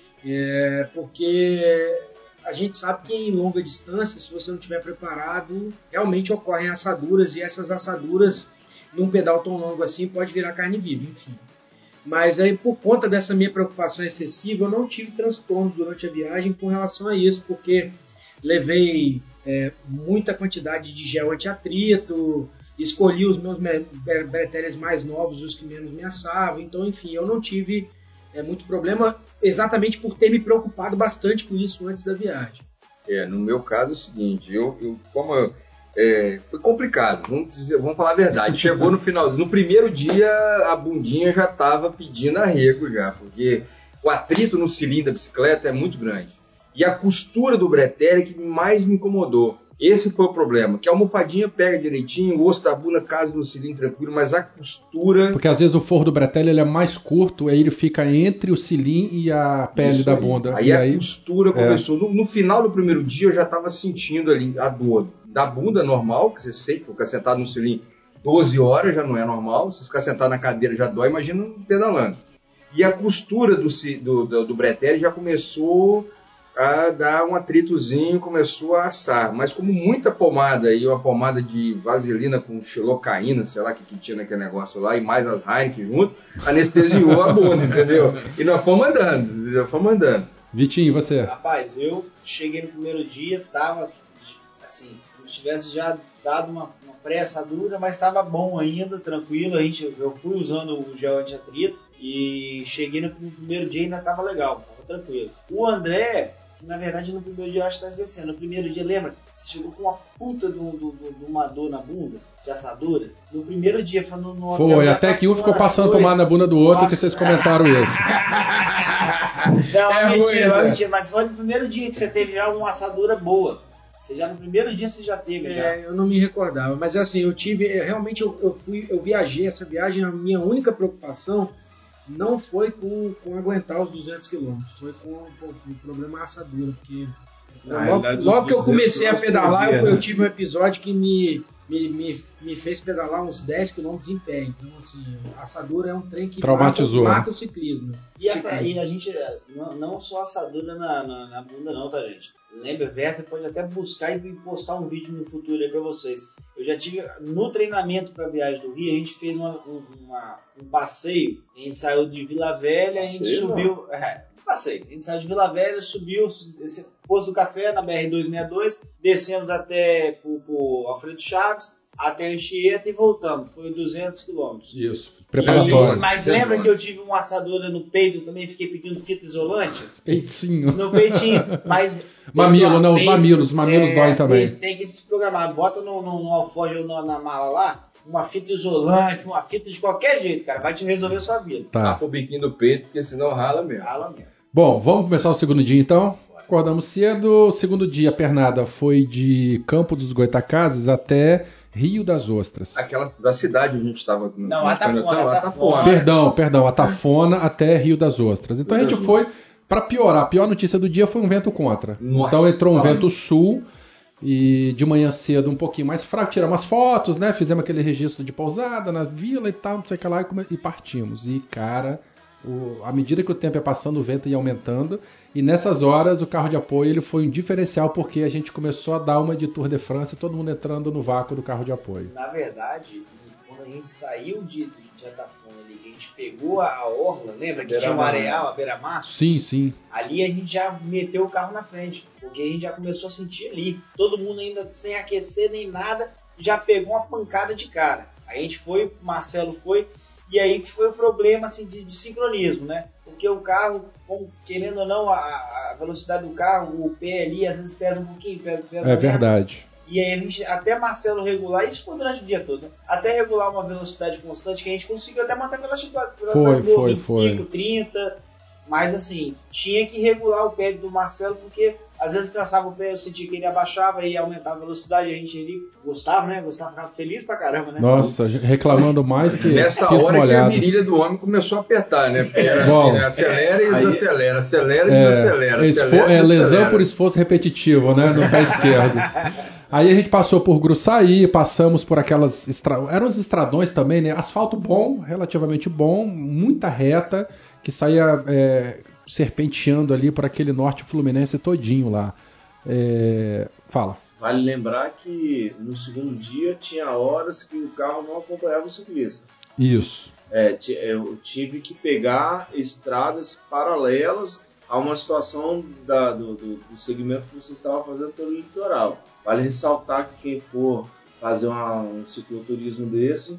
É, porque a gente sabe que em longa distância, se você não estiver preparado, realmente ocorrem assaduras, e essas assaduras, num pedal tão longo assim, pode virar carne viva, enfim. Mas aí, por conta dessa minha preocupação excessiva, eu não tive transtorno durante a viagem com relação a isso, porque levei é, muita quantidade de gel anti-atrito, escolhi os meus breteles mais novos, os que menos me assavam, então, enfim, eu não tive é, muito problema, exatamente por ter me preocupado bastante com isso antes da viagem. É, no meu caso é o seguinte, eu, eu como eu, é, foi complicado, vamos, dizer, vamos falar a verdade, chegou no finalzinho, no primeiro dia a bundinha já estava pedindo arrego já, porque o atrito no cilindro da bicicleta é muito grande. E a costura do bretelle é que mais me incomodou. Esse foi o problema, que a almofadinha pega direitinho, o osso da bunda casa no cilindro tranquilo, mas a costura... Porque às vezes o forro do bretelle ele é mais curto, aí ele fica entre o cilindro e a pele Isso da aí. bunda. Aí e a aí... costura começou. É. No, no final do primeiro dia eu já estava sentindo ali a dor da bunda normal, que você sente, ficar sentado no cilindro doze horas já não é normal, se ficar sentado na cadeira já dói, imagina pedalando. E a costura do, do, do, do bretelle já começou a dar um atritozinho, começou a assar. Mas como muita pomada, e uma pomada de vaselina com xilocaína, sei lá o que, que tinha naquele negócio lá, e mais as Heineken junto, anestesiou a bunda, entendeu? E nós fomos andando, nós fomos andando. Vitinho, e você? Rapaz, eu cheguei no primeiro dia, tava assim, como se tivesse já dado uma, uma pré-assadura, mas estava bom ainda, tranquilo. A gente, eu fui usando o gel anti-atrito e cheguei no primeiro dia e ainda estava legal, estava tranquilo. O André, que na verdade no primeiro dia eu acho que está esquecendo, no primeiro dia, lembra? Você chegou com uma puta de uma dor na bunda, de assadura. No primeiro dia, foi no, no Foi, até que um ficou passando pomada na bunda do outro, Nossa. Que vocês comentaram isso. Não, é mentira, não, mentira, mas foi no primeiro dia que você teve já uma assadura boa. Você já no primeiro dia você já teve, é, já. Eu não me recordava, mas assim, eu tive, realmente eu, eu fui, eu viajei essa viagem, a minha única preocupação não foi com, com aguentar os duzentos quilômetros, foi com o problema assadura, porque logo, logo que eu comecei a pedalar, dia, eu, né? eu tive um episódio que me, me, me, me fez pedalar uns dez quilômetros em pé, então assim, a assadura é um trem que traumatizou, mata, mata o ciclismo. E, essa, e a gente, não, não só assadura na, na, na bunda não, tá gente? Lembra, Werther pode até buscar e postar um vídeo no futuro aí pra vocês. Eu já tive, no treinamento pra viagem do Rio, a gente fez uma, uma, um passeio, a gente saiu de Vila Velha, passeio, a gente subiu, é, passeio, a gente saiu de Vila Velha, subiu, pôs do café na B R duzentos e sessenta e dois, descemos até pro, pro Alfredo Chaves, até a Anchieta e voltamos, foi duzentos quilômetros. Isso, preparatório. Mas lembra que eu tive uma assadura no peito, eu também fiquei pedindo fita isolante? Peitinho. No peitinho, mas... Mamilo, não, os mamilos, os mamilos é, doem também. Tem que desprogramar, bota no, no, no alforje ou na, na mala lá, uma fita isolante, uma fita de qualquer jeito, cara, vai te resolver a sua vida. Tá. Tá o biquinho do peito, porque senão rala mesmo. Rala mesmo. Bom, vamos começar o segundo dia então? Acordamos cedo, segundo dia a pernada foi de Campo dos Goitacazes até Rio das Ostras. Aquela da cidade onde a gente estava. Não, Atafona, Atafona. Perdão, perdão, Atafona até Rio das Ostras. Então a gente foi, para piorar, a pior notícia do dia foi um vento contra. Nossa, então entrou um vento sul e de manhã cedo um pouquinho mais fraco, tiramos umas fotos, né? Fizemos aquele registro de pousada na vila e tal, não sei o que lá, e partimos. E cara, o, à medida que o tempo ia passando, o vento ia aumentando. E nessas horas o carro de apoio ele foi um diferencial porque a gente começou a dar uma de Tour de France, todo mundo entrando no vácuo do carro de apoio. Na verdade, quando a gente saiu de, de Atafona ali, a gente pegou a orla, lembra que tinha um areal, a beira-mar? Sim, sim. Ali a gente já meteu o carro na frente, porque a gente já começou a sentir ali. Todo mundo ainda sem aquecer nem nada, já pegou uma pancada de cara. A gente foi, o Marcelo foi, e aí foi o problema assim, de, de sincronismo, né? Porque o carro, querendo ou não, a, a velocidade do carro, o pé ali, às vezes pesa um pouquinho, pesa, pesa É verdade. E aí a gente, até Marcelo regular, isso foi durante o dia todo, né? Até regular uma velocidade constante, que a gente conseguiu até manter a velocidade, velocidade foi, boa, foi, vinte e cinco, foi. trinta, mas assim, tinha que regular o pé do Marcelo, porque às vezes cansava o pé, eu sentia que ele abaixava e aumentava a velocidade, a gente ali gostava, né? Gostava, ficava feliz pra caramba, né? Nossa, reclamando mais que nessa hora molhado. Que a virilha do homem começou a apertar, né? Porque era Bom, assim, né? Acelera e desacelera, acelera e é, desacelera, esfor- acelera e É desacelera. lesão por esforço repetitivo, né? No pé esquerdo. Aí a gente passou por Gruçaí, passamos por aquelas... Estra... Eram os estradões também, né? Asfalto bom, relativamente bom, muita reta, que saía é, serpenteando ali por aquele norte fluminense todinho lá. É... Fala. Vale lembrar que no segundo dia tinha horas que o carro não acompanhava o ciclista. Isso. É, eu tive que pegar estradas paralelas a uma situação da, do, do, do segmento que você estava fazendo pelo litoral. Vale ressaltar que quem for fazer uma, um cicloturismo desse,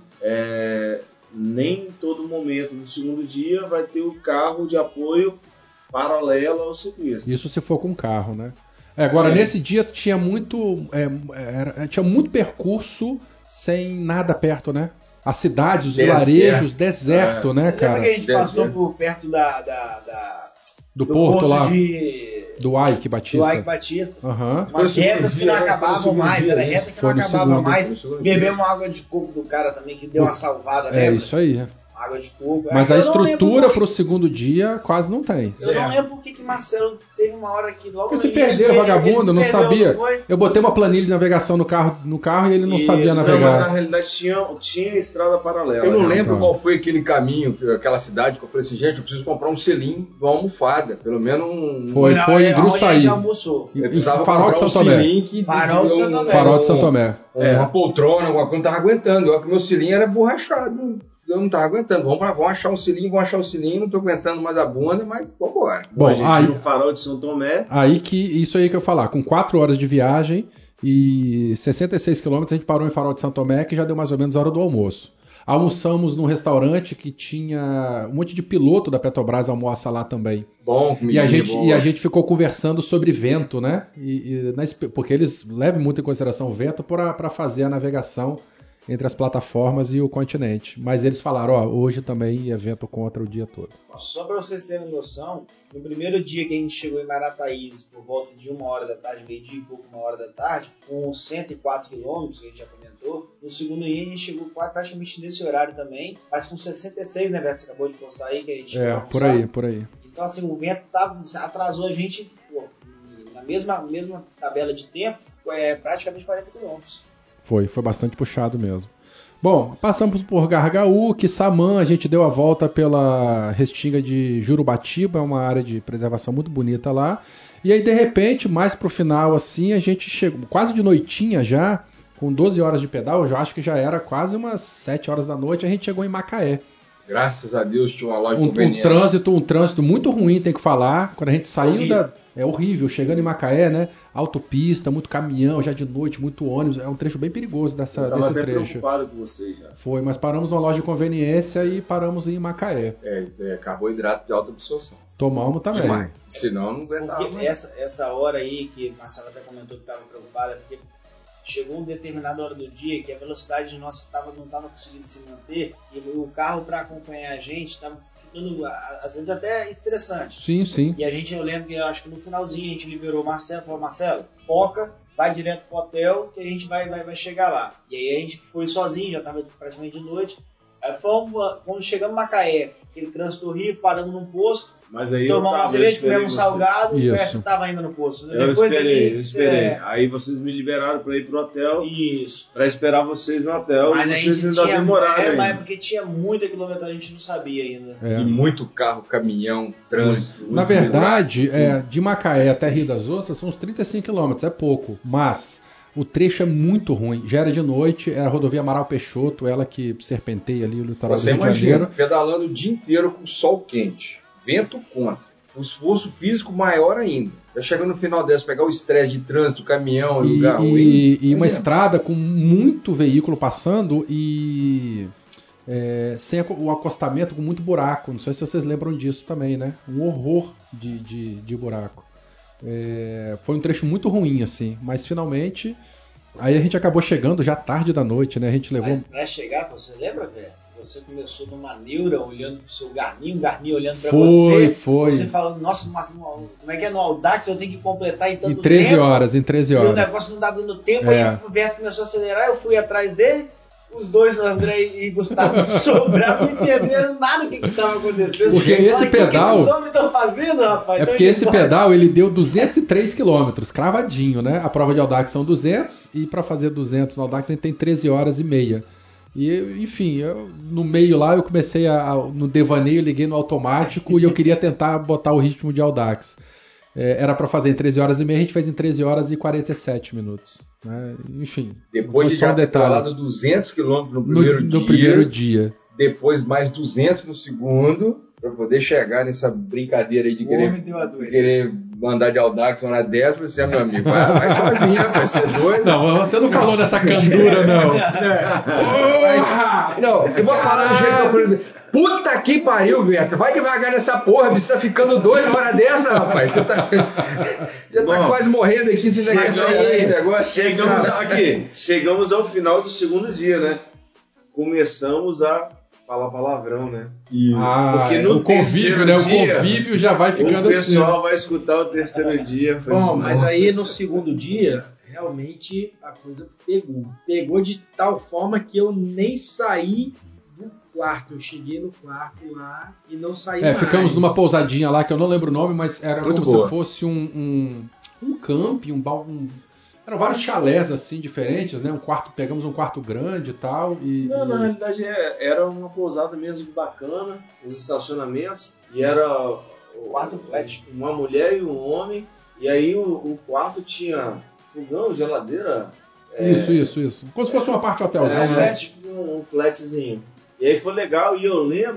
é, nem em todo momento do segundo dia vai ter o carro de apoio paralelo ao ciclista. Isso se for com carro, né? É, agora, Sim. nesse dia tinha muito, é, era, tinha muito percurso sem nada perto, né? As cidades, os deserto. vilarejos, deserto, é. né, Você cara? Lembra que a gente deserto. passou por perto da... da, da do, do porto, porto lá, de... do Ike Batista. Do Ike Batista. Uhum. Umas retas que não dia, acabavam mais, dia, era né? reta que Foi não no acabava segundo, mais. Bebemos água de coco do cara também, que deu uma salvada, É lembra? isso aí. Água de coco. Mas é, a eu não estrutura lembro... pro segundo dia quase não tem. Eu não lembro porque que Marcelo teve uma hora que logo Ele se no início perdeu, ele- vagabundo, ele se não perdeu, sabia. não foi? Eu botei uma planilha de navegação no carro, no carro e ele não Isso, sabia não, navegar. mas na realidade tinha, tinha estrada paralela. Eu não né? lembro Então. qual foi aquele caminho, aquela cidade que eu falei assim, gente, eu preciso comprar um selim, uma almofada, pelo menos um... Foi, Não, foi é, em onde a Gruçaí. gente almoçou. E- Eu e precisava Farol de comprar São um Tomé. selim que... Farol de um- São Tomé. Farol de São Tomé. um- É. Uma poltrona, alguma coisa, não tava aguentando. Eu, meu selim era borrachado. Eu não tava aguentando. Vamos, vamos achar um selim, vamos achar um selim, não tô aguentando mais a bunda, mas vambora. Bom, a gente aí, no Farol de São Tomé. aí que isso aí que eu ia falar, com quatro horas de viagem, e sessenta e seis quilômetros a gente parou em Farol de São Tomé, que já deu mais ou menos a hora do almoço. Almoçamos num restaurante que tinha um monte de piloto da Petrobras almoça lá também. Bom, e a gente boa. E a gente ficou conversando sobre vento, né? E, e, na, porque eles levam muito em consideração o vento para fazer a navegação entre as plataformas e o continente. Mas eles falaram, ó, hoje também é vento contra o dia todo. Só para vocês terem noção, no primeiro dia que a gente chegou em Marataízes, por volta de uma hora da tarde, meio-dia e pouco, uma hora da tarde, com cento e quatro quilômetros, que a gente já comentou, no segundo dia a gente chegou praticamente nesse horário também, mas com sessenta e seis, né, Beto? Você acabou de postar aí que a gente É, por aí, por aí. Então, assim, o vento tava, atrasou a gente, pô, na mesma, mesma tabela de tempo, é praticamente quarenta quilômetros. Foi, foi bastante puxado mesmo. Bom, passamos por Gargaú, Quissamã, a gente deu a volta pela Restinga de Jurubatiba, é uma área de preservação muito bonita lá. E aí, de repente, mais pro final, assim, a gente chegou, quase de noitinha já, com doze horas de pedal, eu já acho que já era quase umas sete horas da noite, a gente chegou em Macaé. Graças a Deus tinha uma loja de um, conveniência. Um trânsito, um trânsito muito ruim, tem que falar. Quando a gente saiu horrível. da... É horrível, chegando em Macaé, né? Autopista, muito caminhão, já de noite, muito ônibus. É um trecho bem perigoso dessa, eu tava desse até trecho. preocupado com vocês já. Foi, mas paramos numa loja de conveniência e paramos em Macaé. É, é carboidrato de alta absorção. Tomamos também. Demais. Senão não aguentava. Porque essa, essa hora aí que o Marcelo até comentou que estava preocupado, é porque chegou uma determinada hora do dia que a velocidade nossa tava, não estava conseguindo se manter e o carro para acompanhar a gente estava ficando, às vezes, até estressante. Sim, sim. E a gente, eu lembro que eu acho que no finalzinho a gente liberou o Marcelo, falou, Marcelo, foca, vai direto pro hotel que a gente vai, vai, vai chegar lá. E aí a gente foi sozinho, já estava praticamente de noite. Aí fomos, quando chegamos em Macaé, aquele trânsito horrível, paramos num posto, mas aí tomamos uma cerveja, comemos um salgado, Isso. o resto estava ainda no posto. Eu Depois esperei, dali, eu esperei. É... Aí vocês me liberaram para ir pro hotel. Isso. Para esperar vocês no hotel. Mas e a vocês gente ainda tinha, demoraram. é, mas é porque tinha muita quilometragem, a gente não sabia ainda. É. E muito carro, caminhão, trânsito. Na verdade, é, de Macaé até Rio das Ostras são uns trinta e cinco quilômetros, é pouco. Mas o trecho é muito ruim. Já era de noite, era a rodovia Amaral Peixoto, ela que serpenteia ali o litoral Você do Rio de imagina, Janeiro. pedalando o dia inteiro com sol quente, vento contra, um esforço físico maior ainda. Já chegando no final dessa, pegar o estresse de trânsito, caminhão, E, lugar ruim. e, e uma é. estrada com muito veículo passando e é, sem o acostamento com muito buraco. Não sei se vocês lembram disso também, né? Um horror de, de, de buraco. É, foi um trecho muito ruim, assim, mas finalmente aí a gente acabou chegando já tarde da noite, né? A gente levou. Mas pra chegar, você lembra, velho? Você começou numa neura olhando pro seu Garmin, o Garmin olhando pra foi, você. Foi, Você falando, nossa, mas como é que é no Audax? Eu tenho que completar em tanto tempo. Em treze tempo. horas, em treze horas. E o negócio não dá dando tempo, É. aí o Beto começou a acelerar, eu fui atrás dele. Os dois, o André e Gustavo Sobral, não entenderam nada do que estava acontecendo. Porque esse Mas pedal- O que esses homens estão fazendo, rapaz? É Tão porque esse embora. pedal ele deu duzentos e três quilômetros, cravadinho, né? A prova de Audax são duzentos e para fazer duzentos no Audax a gente tem treze horas e meia. E, enfim, eu, no meio lá eu comecei a, a, no devaneio, liguei no automático e eu queria tentar botar o ritmo de Audax. É, era para fazer em treze horas e meia, a gente fez em treze horas e quarenta e sete minutos. Né? Enfim, Depois de só já um ter detalhe. pedalado duzentos quilômetros no no, primeiro no dia, primeiro dia. depois mais duzentos no segundo, para poder chegar nessa brincadeira aí de O querer, homem deu a de doida. querer mandar de Audax na dez, você é meu amigo. Vai, vai sozinho, vai ser doido. Não, você não falou nessa candura, não. Porra! Não, eu vou falar do jeito que eu falei. Puta que pariu, Beto. Vai devagar nessa porra, você tá ficando doido na hora dessa, rapaz. Você tá, já tá Bom, quase morrendo aqui, você ainda quer chegamos- acelerar esse negócio. Chegamos aqui, chegamos ao final do segundo dia, né? Começamos a falar palavrão, né? Ah, Porque no o convívio, terceiro né? O dia, convívio já vai ficando O assim. pessoal vai escutar o terceiro dia. Foi Bom, bom. mas aí no segundo dia, realmente a coisa pegou. Pegou de tal forma que eu nem saí do quarto. Eu cheguei no quarto lá e não saí É, mais. ficamos numa pousadinha lá que eu não lembro o nome, mas era Muito como boa. se fosse um, um, um camping, um, ba- um eram vários chalés assim diferentes, né? Um quarto, pegamos um quarto grande e tal e, Não, e- na realidade é- era uma pousada mesmo bacana, os estacionamentos, e era o- Quarto flat. uma mulher e um homem, e aí o, o quarto tinha fogão, geladeira, isso, isso, isso. Como se fosse uma parte hotelzinha. é, um né? flat. tipo um, um flatzinho. E aí foi legal, e eu lembro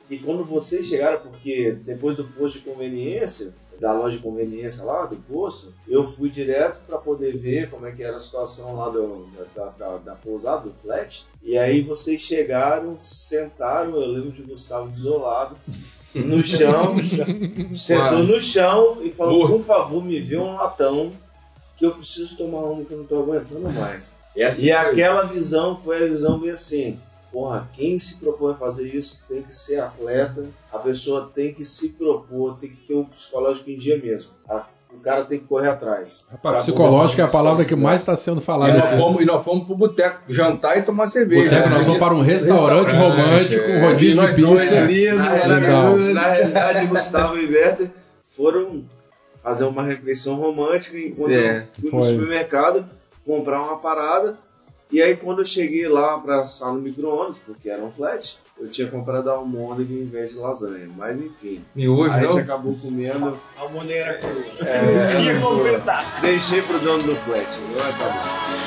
que quando vocês chegaram, porque depois do posto de conveniência, da loja de conveniência lá, do posto, eu fui direto para poder ver como é que era a situação lá do, da, da, da pousada, do flat. E aí vocês chegaram, sentaram, eu lembro de Gustavo desolado, no chão, sentou no chão e falou, por favor, me vê um latão que eu preciso tomar uma que eu não tô aguentando mais. E, assim, e aquela visão foi a visão bem assim, porra, quem se propõe a fazer isso tem que ser atleta, a pessoa tem que se propor, tem que ter um psicológico em dia mesmo. A, o cara tem que correr atrás. Rapaz, psicológico é a palavra que mais está sendo falada. E nós, fomos, e nós fomos pro boteco jantar e tomar cerveja. Boteco, né? Nós fomos para um restaurante, restaurante romântico, é. um rodízio nós de pizza. Ali, na, realidade, na realidade, Gustavo e Werther foram fazer uma refeição romântica enquanto é, eu fui foi. no supermercado comprar uma parada. E aí quando eu cheguei lá para assar no micro-ondas, porque era um flat, eu tinha comprado almôndega em vez de lasanha. Mas enfim, e hoje, a não? gente acabou comendo. A almôndega era crua. É, tinha completar. Deixei pro dono do flat. Agora acabou.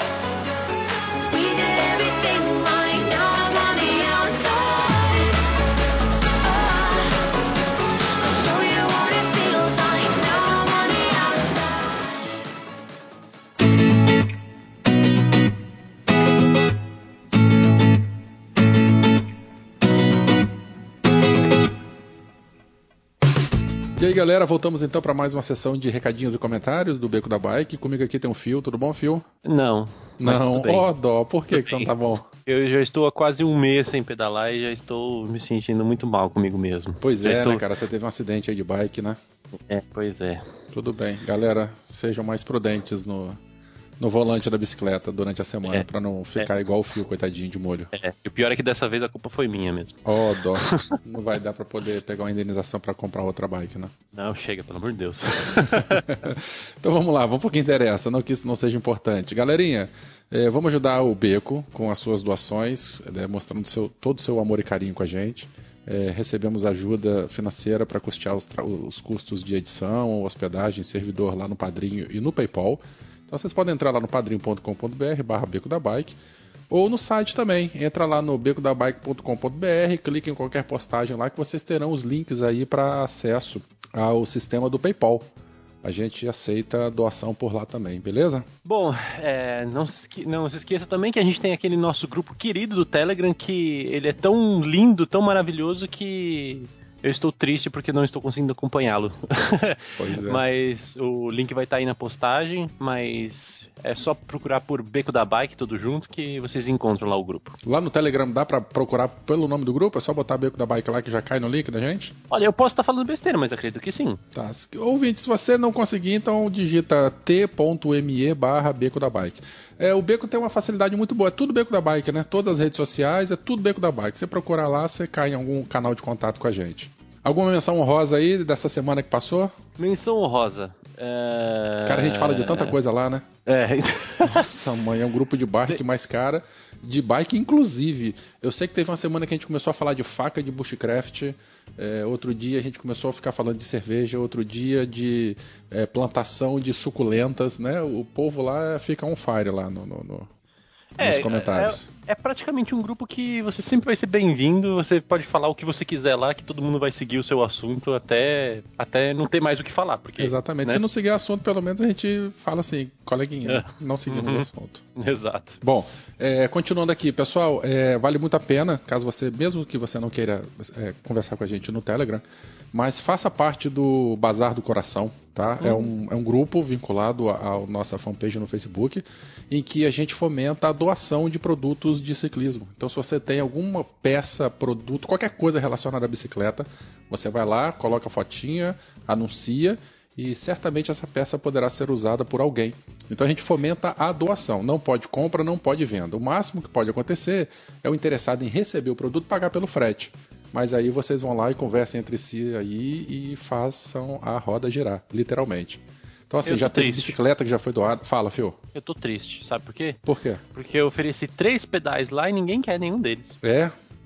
E aí galera, voltamos então para mais uma sessão de recadinhos e comentários do Beco da Bike. Comigo aqui tem um Fio, tudo bom, Fio? Não. Não, ó, oh, dó, por que, que você não tá bom? Eu já estou há quase um mês sem pedalar e já estou me sentindo muito mal comigo mesmo. Pois já é, estou... né, cara, você teve um acidente aí de bike, né? É, pois é. Tudo bem, galera, sejam mais prudentes no, no volante da bicicleta durante a semana, é. para não ficar é. igual o Fio, coitadinho de molho. É, e o pior é que dessa vez a culpa foi minha mesmo. Ó, oh, dó, não vai dar pra poder pegar uma indenização pra comprar outra bike, né? Não, chega, pelo amor de Deus. Então vamos lá, vamos pro que interessa, não que isso não seja importante. Galerinha, é, vamos ajudar o Beco com as suas doações, é, mostrando seu, todo o seu amor e carinho com a gente. É, recebemos ajuda financeira para custear os, os custos de edição, hospedagem, servidor lá no Padrinho e no PayPal. Então vocês podem entrar lá no padrinho ponto com ponto b r barra Beco da Bike ou no site também. Entra lá no beco da bike ponto com ponto b r, clique em qualquer postagem lá que vocês terão os links aí para acesso ao sistema do PayPal. A gente aceita doação por lá também, beleza? Bom, é, não, se, não se esqueça também que a gente tem aquele nosso grupo querido do Telegram, que ele é tão lindo, tão maravilhoso que eu estou triste porque não estou conseguindo acompanhá-lo. Pois é. Mas o link vai estar aí na postagem, mas é só procurar por Beco da Bike, tudo junto, que vocês encontram lá o grupo. Lá no Telegram dá pra procurar pelo nome do grupo? É só botar Beco da Bike lá que já cai no link da gente? Olha, eu posso estar falando besteira, mas acredito que sim. Tá. Ouvinte, se você não conseguir, então digita t.me barra Beco da Bike. É, o Beco tem uma facilidade muito boa, é tudo Beco da Bike, né? Todas as redes sociais, é tudo Beco da Bike. Você procurar lá, você cai em algum canal de contato com a gente. Alguma menção honrosa aí dessa semana que passou? Menção honrosa. É... Cara, a gente fala de tanta coisa lá, né? É. Nossa, mãe, é um grupo de bike mais cara. De bike, inclusive. Eu sei que teve uma semana que a gente começou a falar de faca de bushcraft. É, outro dia a gente começou a ficar falando de cerveja. Outro dia de é, plantação de suculentas, né? O povo lá fica on fire lá no... no, no... É, nos comentários. É, é praticamente um grupo que você sempre vai ser bem-vindo, você pode falar o que você quiser lá, que todo mundo vai seguir o seu assunto até, até não ter mais o que falar. Porque, exatamente, né? Se não seguir o assunto, pelo menos a gente fala assim, coleguinha, é. não seguimos uhum. o assunto. Exato. Bom, é, continuando aqui, pessoal, é, vale muito a pena, caso você, mesmo que você não queira é, conversar com a gente no Telegram, mas faça parte do Bazar do Coração, tá? Hum. É, um, é um grupo vinculado à nossa fanpage no Facebook, em que a gente fomenta a doação de produtos de ciclismo. Então, se você tem alguma peça, produto, qualquer coisa relacionada à bicicleta, você vai lá, coloca a fotinha, anuncia e certamente essa peça poderá ser usada por alguém. Então a gente fomenta a doação. Não pode compra, não pode venda. O máximo que pode acontecer é o interessado em receber o produto e pagar pelo frete. Mas aí vocês vão lá e conversem entre si aí e façam a roda girar, literalmente. Então assim, já teve bicicleta que já foi doada. Fala, Fio. Eu tô triste, sabe por quê? Por quê? Porque eu ofereci três pedais lá e ninguém quer nenhum deles. É?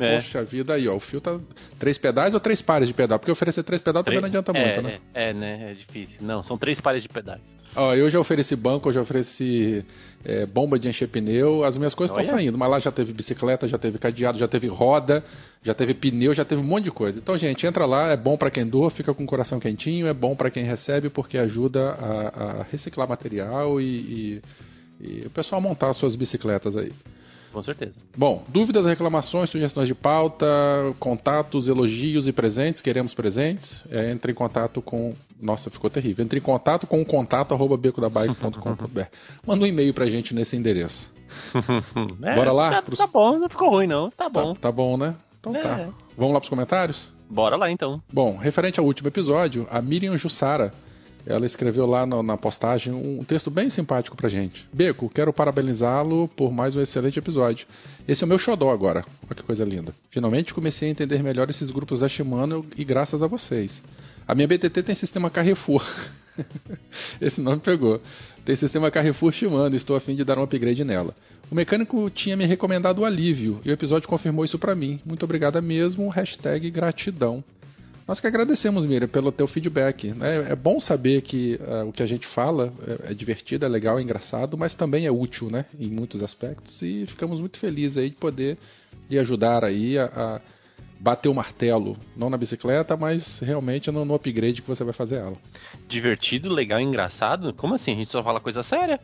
É. Poxa vida, aí, ó. O fio tá três pedais ou três pares de pedal? Porque oferecer três pedais também não adianta é, muito, né? É, é, né? É difícil. Não, são três pares de pedais. Ó, eu já ofereci banco, eu já ofereci é, bomba de encher pneu. As minhas coisas estão saindo, mas lá já teve bicicleta, já teve cadeado, já teve roda, já teve pneu, já teve um monte de coisa. Então, gente, entra lá, é bom pra quem doa, fica com o coração quentinho, é bom pra quem recebe porque ajuda a, a reciclar material e, e, e o pessoal montar as suas bicicletas aí. Com certeza. Bom, dúvidas, reclamações, sugestões de pauta, contatos, elogios e presentes, queremos presentes, é, entre em contato com... Nossa, ficou terrível. Entre em contato com o contato arroba beco da bike ponto com ponto b r. Manda um e-mail pra gente nesse endereço. É, Bora lá? Tá, Pros... tá bom, não ficou ruim não, tá bom. Tá, tá bom, né? Então é. tá. Vamos lá pros comentários? Bora lá então. Bom, referente ao último episódio, a Miriam Jussara, ela escreveu lá no, na postagem um texto bem simpático pra gente. Beco, quero parabenizá-lo por mais um excelente episódio. Esse é o meu xodó agora. Olha que coisa linda. Finalmente comecei a entender melhor esses grupos da Shimano e graças a vocês. A minha B T T tem sistema Carrefour. Esse nome pegou. Tem sistema Carrefour Shimano e estou a fim de dar um upgrade nela. O mecânico tinha me recomendado o alívio e o episódio confirmou isso pra mim. Muito obrigada mesmo. Hashtag gratidão. Nós que agradecemos, Miriam, pelo teu feedback. É, é bom saber que uh, o que a gente fala é, é divertido, é legal, é engraçado, mas também é útil, né, em muitos aspectos. E ficamos muito felizes aí de poder lhe ajudar aí a, a bater o martelo, não na bicicleta, mas realmente no, no upgrade que você vai fazer ela. Divertido, legal e engraçado? Como assim? A gente só fala coisa séria?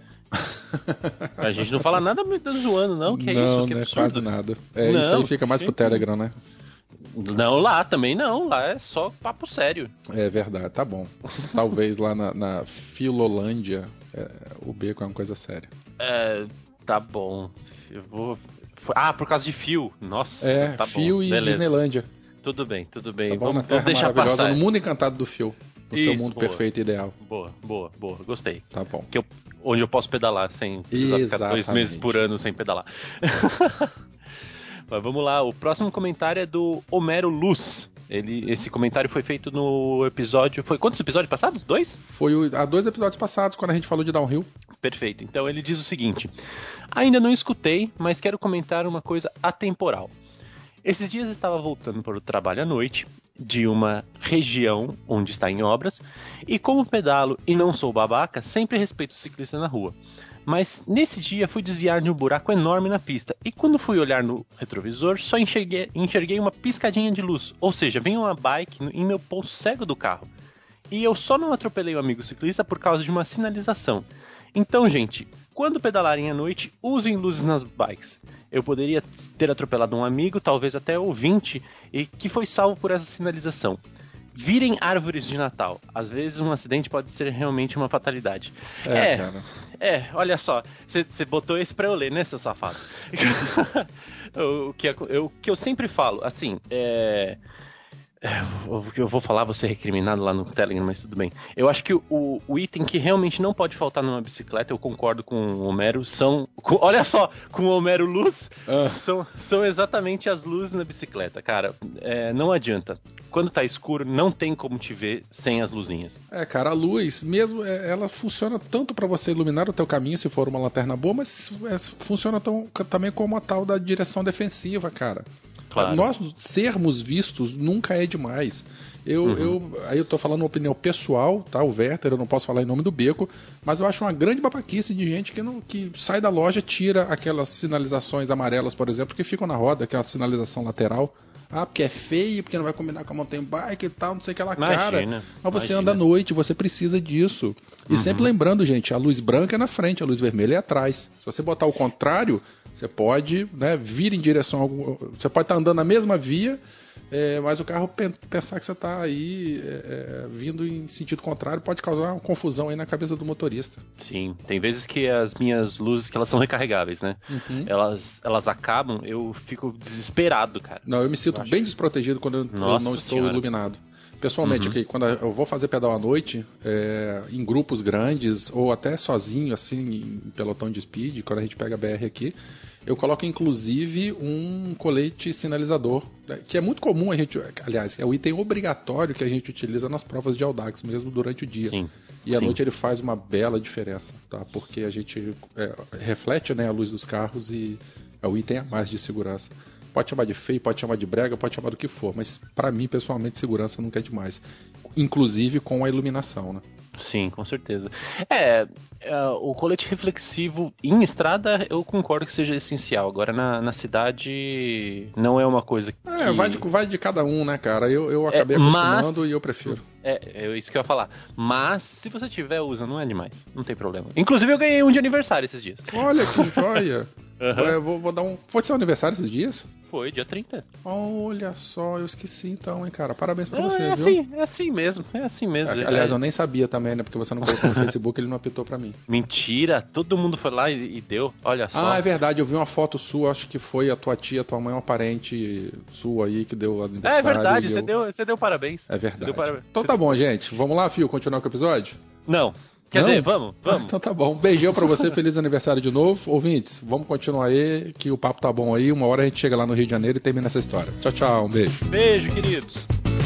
A gente não fala nada me zoando, não. Que é não, isso? Que né, absurdo. quase nada. É, não, isso aí fica mais pro Telegram, né? Não, lá também não. Lá é só papo sério. É verdade, tá bom. Talvez lá na, na Filolândia é, o beco é uma coisa séria. É, tá bom. Eu vou... Ah, por causa de fio. Nossa, é, tá fio bom. e Beleza. Disneylândia. Tudo bem, tudo bem. Tá bom, vamos, na terra vamos deixar maravilhosa, passar. no mundo encantado do fio. No Isso, seu mundo boa. perfeito e ideal. Boa, boa, boa. Gostei. Tá bom. Que eu, onde eu posso pedalar sem precisar Exatamente. ficar dois meses por ano sem pedalar. Mas vamos lá, o próximo comentário é do Homero Luz. Ele, esse comentário foi feito no episódio... Foi quantos episódios passados? Dois? Foi o, há dois episódios passados, quando a gente falou de downhill. Perfeito. Então ele diz o seguinte: ainda não escutei, mas quero comentar uma coisa atemporal. Esses dias estava voltando para o trabalho à noite, de uma região onde está em obras, e como pedalo e não sou babaca, sempre respeito o ciclista na rua. Mas nesse dia fui desviar de um buraco enorme na pista, e quando fui olhar no retrovisor, só enxerguei, enxerguei uma piscadinha de luz, ou seja, vinha uma bike em meu ponto cego do carro. E eu só não atropelei o amigo ciclista por causa de uma sinalização. Então, gente, quando pedalarem à noite, usem luzes nas bikes. Eu poderia ter atropelado um amigo, talvez até ouvinte, e que foi salvo por essa sinalização. Virem árvores de Natal. Às vezes um acidente pode ser realmente uma fatalidade. É, é, cara. é olha só, você botou esse pra eu ler, né, seu safado? o, que, eu, o que eu sempre falo, assim, é... O que eu vou falar, vou ser recriminado lá no Telegram, mas tudo bem. Eu acho que o, o item que realmente não pode faltar numa bicicleta, eu concordo com o Homero, são... Com, olha só, com o Homero Luz, ah. são, são exatamente as luzes na bicicleta, cara. É, não adianta. Quando tá escuro, não tem como te ver sem as luzinhas. É, cara, a luz, mesmo, ela funciona tanto para você iluminar o teu caminho, se for uma lanterna boa, mas é, funciona tão, também como a tal da direção defensiva, cara. Claro. Nós sermos vistos nunca é demais. Eu, uhum. eu, aí eu tô falando uma opinião pessoal, tá? O Werther, eu não posso falar em nome do Beco, mas eu acho uma grande babaquice de gente que, não, que sai da loja, tira aquelas sinalizações amarelas, por exemplo, que ficam na roda, aquela sinalização lateral. Ah, porque é feio, porque não vai combinar com a mountain bike e tal, não sei o que lá, cara. Mas você imagina. anda à noite, você precisa disso. E uhum. sempre lembrando, gente, a luz branca é na frente, a luz vermelha é atrás. Se você botar o contrário, você pode, né, vir em direção a algum... Você pode estar andando na mesma via, é, mas o carro pensar que você está aí é, é, vindo em sentido contrário pode causar uma confusão aí na cabeça do motorista. Sim, tem vezes que as minhas luzes, que elas são recarregáveis, né? Uhum. Elas, elas acabam, eu fico desesperado, cara. Não, eu me sinto eu bem desprotegido quando eu, eu não estou senhora. iluminado. Pessoalmente, uhum. aqui, quando eu vou fazer pedal à noite, é, em grupos grandes, ou até sozinho, assim, em pelotão de speed, quando a gente pega a B R aqui, eu coloco inclusive um colete sinalizador, que é muito comum a gente, aliás, é o item obrigatório que a gente utiliza nas provas de Audax, mesmo durante o dia. Sim. E à Sim. noite ele faz uma bela diferença, tá? Porque a gente é, reflete, né, a luz dos carros e é o item a mais de segurança. Pode chamar de feio, pode chamar de brega, pode chamar do que for, mas pra mim, pessoalmente, segurança nunca é demais. Inclusive com a iluminação, né? Sim, com certeza. É, é, o colete reflexivo em estrada eu concordo que seja essencial. Agora na, na cidade não é uma coisa que... É, vai de, vai de cada um, né, cara? Eu, eu acabei é, acostumando mas... e eu prefiro. É, é isso que eu ia falar. Mas, se você tiver, usa, não é demais. Não tem problema. Inclusive, eu ganhei um de aniversário esses dias. Olha que joia! Uhum. Eu vou, vou dar um... Foi seu aniversário esses dias? Foi, dia trinta. Olha só, eu esqueci então, hein, cara. Parabéns pra Não, você, é viu? assim, é assim mesmo. É assim mesmo. É, aliás, eu nem sabia também, né? Porque você não colocou no Facebook, ele não apitou pra mim. Mentira, todo mundo foi lá e, e deu. Olha só. Ah, é verdade, eu vi uma foto sua, acho que foi a tua tia, tua mãe, uma parente sua aí que deu aniversário. É verdade, você eu... deu, você deu parabéns. É verdade. Deu parabéns. Então tá bom, gente. Vamos lá, Fio, continuar com o episódio? Não. Quer Não? dizer, vamos, vamos. Ah, então tá bom. Um beijão pra você, feliz aniversário de novo. Ouvintes, vamos continuar aí, que o papo tá bom aí. Uma hora a gente chega lá no Rio de Janeiro e termina essa história. Tchau, tchau. Um beijo. Beijo, queridos.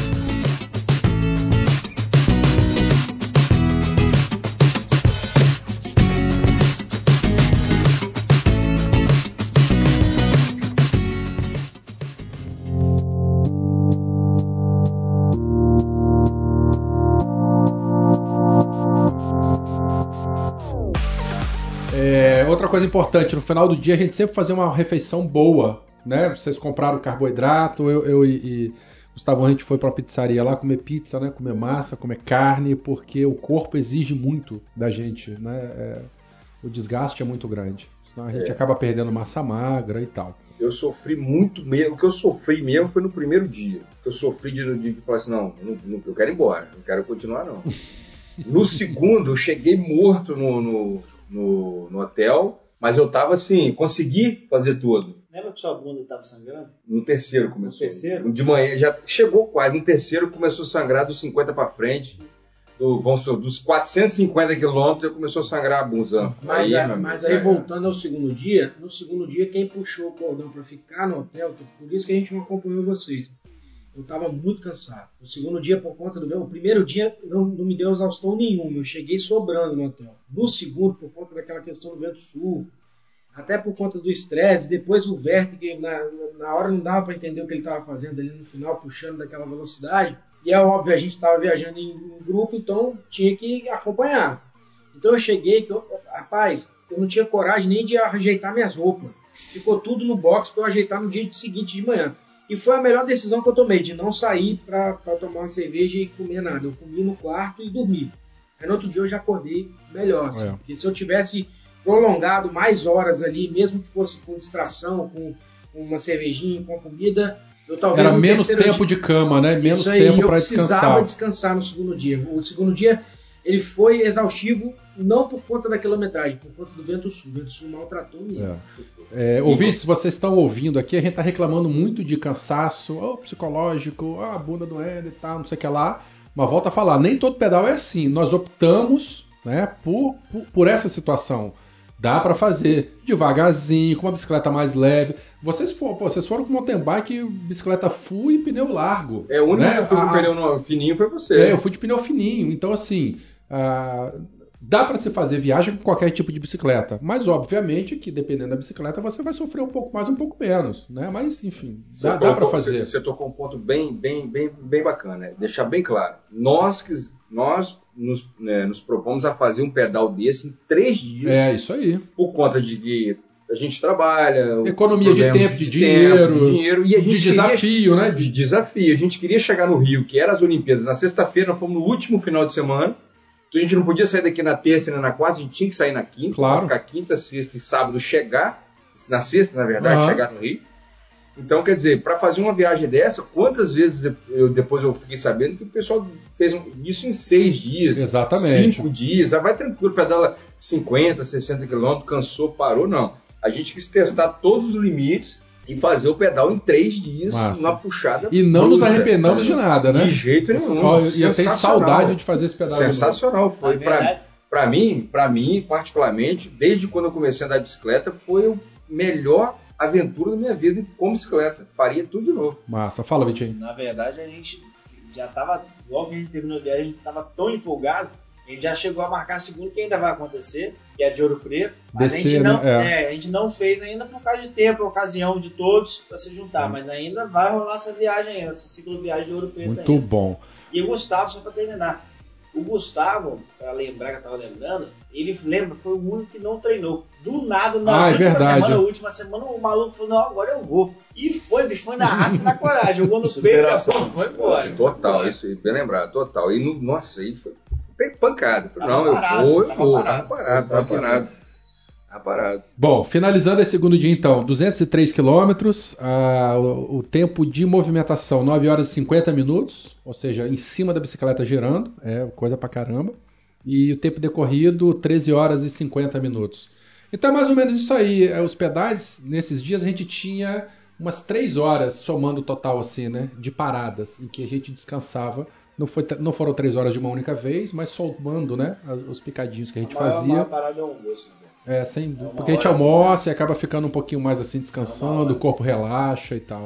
Outra coisa importante, no final do dia a gente sempre fazer uma refeição boa, né? Vocês compraram carboidrato, eu, eu e, e Gustavo, a gente foi pra pizzaria lá comer pizza, né? Comer massa, comer carne, porque o corpo exige muito da gente, né? É, o desgaste é muito grande. Senão a gente é. acaba perdendo massa magra e tal. Eu sofri muito mesmo. O que eu sofri mesmo foi no primeiro dia. Eu sofri de, de falar assim, não, não, não, eu quero ir embora, não quero continuar não. No segundo, eu cheguei morto no... no No, no hotel, mas eu tava assim, consegui fazer tudo. Lembra que sua bunda tava sangrando? No terceiro começou. No terceiro? De manhã, já chegou quase. No terceiro começou a sangrar dos cinquenta pra frente. Do, vamos dizer, dos quatrocentos e cinquenta quilômetros começou a sangrar a bunda. Mas aí, aí, mas aí voltando ao segundo dia, no segundo dia quem puxou o cordão para ficar no hotel, por isso que a gente não acompanhou vocês. Eu estava muito cansado. O segundo dia, por conta do vento, o primeiro dia não, não me deu exaustão nenhuma. Eu cheguei sobrando no hotel. No segundo, por conta daquela questão do vento sul, até por conta do estresse, depois o Werther, que na, na hora não dava para entender o que ele estava fazendo ali no final, puxando daquela velocidade. E é óbvio, a gente estava viajando em, em grupo, então tinha que acompanhar. Então eu cheguei, que eu, rapaz, eu não tinha coragem nem de ajeitar minhas roupas. Ficou tudo no box para eu ajeitar no dia seguinte de manhã. E foi a melhor decisão que eu tomei, de não sair para tomar uma cerveja e comer nada. Eu comi no quarto e dormi. Aí no outro dia eu já acordei melhor. Assim, é. Porque se eu tivesse prolongado mais horas ali, mesmo que fosse com distração, com uma cervejinha, com comida, eu talvez... Era menos tempo dia... de cama, né? Menos aí, tempo para descansar. Eu precisava descansar no segundo dia. O segundo dia ele foi exaustivo, não por conta da quilometragem, por conta do vento sul. O vento sul maltratou mesmo. É. É, ouvintes, vocês estão ouvindo aqui, a gente está reclamando muito de cansaço, oh, psicológico, ah, a bunda doendo e tal, não sei o que lá. Mas volta a falar, nem todo pedal é assim. Nós optamos, né, por, por, por essa situação. Dá para fazer devagarzinho, com uma bicicleta mais leve. Vocês, pô, vocês foram com mountain bike, bicicleta full e pneu largo. É, o único né? que foi com a, pneu fininho foi você. É, eu fui de pneu fininho. Então, assim... Ah, dá para se fazer viagem com qualquer tipo de bicicleta, mas obviamente que dependendo da bicicleta você vai sofrer um pouco mais, um pouco menos, né? Mas enfim, dá, dá para fazer. Você, você tocou um ponto bem, bem, bem, bem bacana, né? Deixar bem claro. Nós que nós nos, né, nos propomos a fazer um pedal desse em três dias. É isso aí. Por conta de que a gente trabalha, economia de tempo, de, de dinheiro, tempo, de dinheiro e a gente de desafio, queria, né? De desafio. A gente queria chegar no Rio, que era as Olimpíadas. Na sexta-feira nós fomos no último final de semana. Então a gente não podia sair daqui na terça e na quarta, a gente tinha que sair na quinta, claro. Ficar quinta, sexta e sábado chegar, na sexta, na verdade, uhum. chegar no Rio. Então, quer dizer, para fazer uma viagem dessa, quantas vezes eu, depois eu fiquei sabendo que o pessoal fez isso em seis dias, Exatamente. cinco dias, ah, vai tranquilo, pedala cinquenta, sessenta quilômetros, cansou, parou, não. A gente quis testar todos os limites e fazer o pedal em três dias, Massa. Numa puxada. E não bruta, nos arrependamos de nada, né? De jeito nenhum. Só, e eu tenho saudade de fazer esse pedal. Sensacional. Foi para mim, para mim, particularmente, desde quando eu comecei a andar de bicicleta, foi a melhor aventura da minha vida com bicicleta. Faria tudo de novo. Massa. Fala, Vitinho. Na verdade, a gente já tava, logo que a gente terminou a viagem, a gente tava tão empolgado A gente já chegou a marcar a segunda, que ainda vai acontecer, que é de Ouro Preto. Mas Descer, a, gente não, né? é. é, a gente não fez ainda por causa de tempo, ocasião de todos para se juntar. Hum. Mas ainda vai rolar essa viagem, essa cicloviagem de Ouro Preto. Muito ainda. bom. E o Gustavo, só para terminar. O Gustavo, para lembrar que eu tava lembrando, ele lembra, foi o único que não treinou. Do nada, na ah, última é verdade. semana, última semana, o maluco falou, não, agora eu vou. E foi, bicho, foi na raça e na coragem. Jogou no peito e foi embora. Total, isso aí, bem lembrado, total. E, no, nossa, aí foi pancada. Falei, Tava não, parado, eu vou, eu tava vou. parado. Tava parado, tava parado. Tava parado. Bom, finalizando esse segundo dia então, duzentos e três quilômetros, ah, o, o tempo de movimentação nove horas e cinquenta minutos, ou seja, em cima da bicicleta girando, é coisa pra caramba, e o tempo decorrido treze horas e cinquenta minutos. Então é mais ou menos isso aí, os pedais, nesses dias a gente tinha umas três horas, somando o total assim, né, de paradas, em que a gente descansava. Não, foi, não foram três horas de uma única vez, mas somando, né, os picadinhos que a gente a maior, fazia. A maior parada é o almoço, né? É, sem dúvida. É porque a gente hora, almoça e acaba ficando um pouquinho mais assim, descansando, é o corpo relaxa e tal.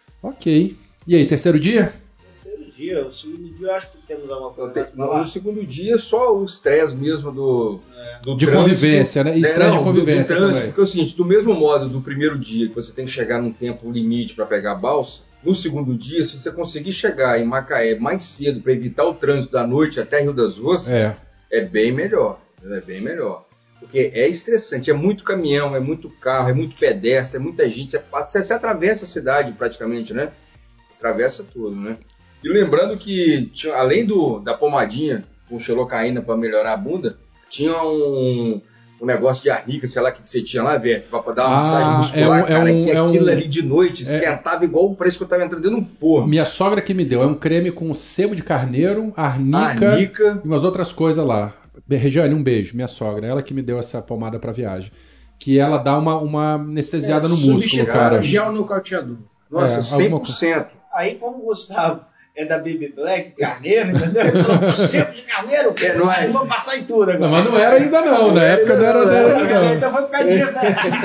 Ok. E aí, terceiro dia? Terceiro dia, o segundo dia eu acho que temos alguma coisa Então, mais pra no, falar. no segundo dia, só o estresse mesmo do, É. do De trânsito, convivência, né? E né? estresse de Não, convivência do, do trânsito, também. porque é o seguinte, do mesmo modo do primeiro dia, que você tem que chegar num tempo limite para pegar a balsa, no segundo dia, se você conseguir chegar em Macaé mais cedo para evitar o trânsito da noite até Rio das Ostras, É. é bem melhor. É bem melhor. Porque é estressante, é muito caminhão, é muito carro, é muito pedestre, é muita gente. Você, você, você atravessa a cidade praticamente, né? Atravessa tudo, né? E lembrando que, tinha, além do, da pomadinha com xilocaína para melhorar a bunda, tinha um, um negócio de arnica, sei lá o que, que você tinha lá, Verto, para dar uma Ah, massagem muscular, é um- é cara, um- que é aquilo um- ali de noite esquentava igual, parece que eu tava entrando dentro de um forno. Minha sogra que me deu. É um creme com sebo de carneiro, arnica, Arnica. e umas outras coisas lá. Regiane, um beijo. Minha sogra. Ela que me deu essa pomada pra viagem. Que ela dá uma, uma anestesiada É, no músculo, substitui cara. o gel nocauteador. Nossa, É, cem alguma por cento. Aí, como o Gustavo é da Baby Black, carneiro, entendeu? Ele falou, tô sempre de carneiro, É, não é? mas vou passar em tudo agora. Não, mas não era ainda não. Na época não era, não era ainda não. Então foi por causa disso,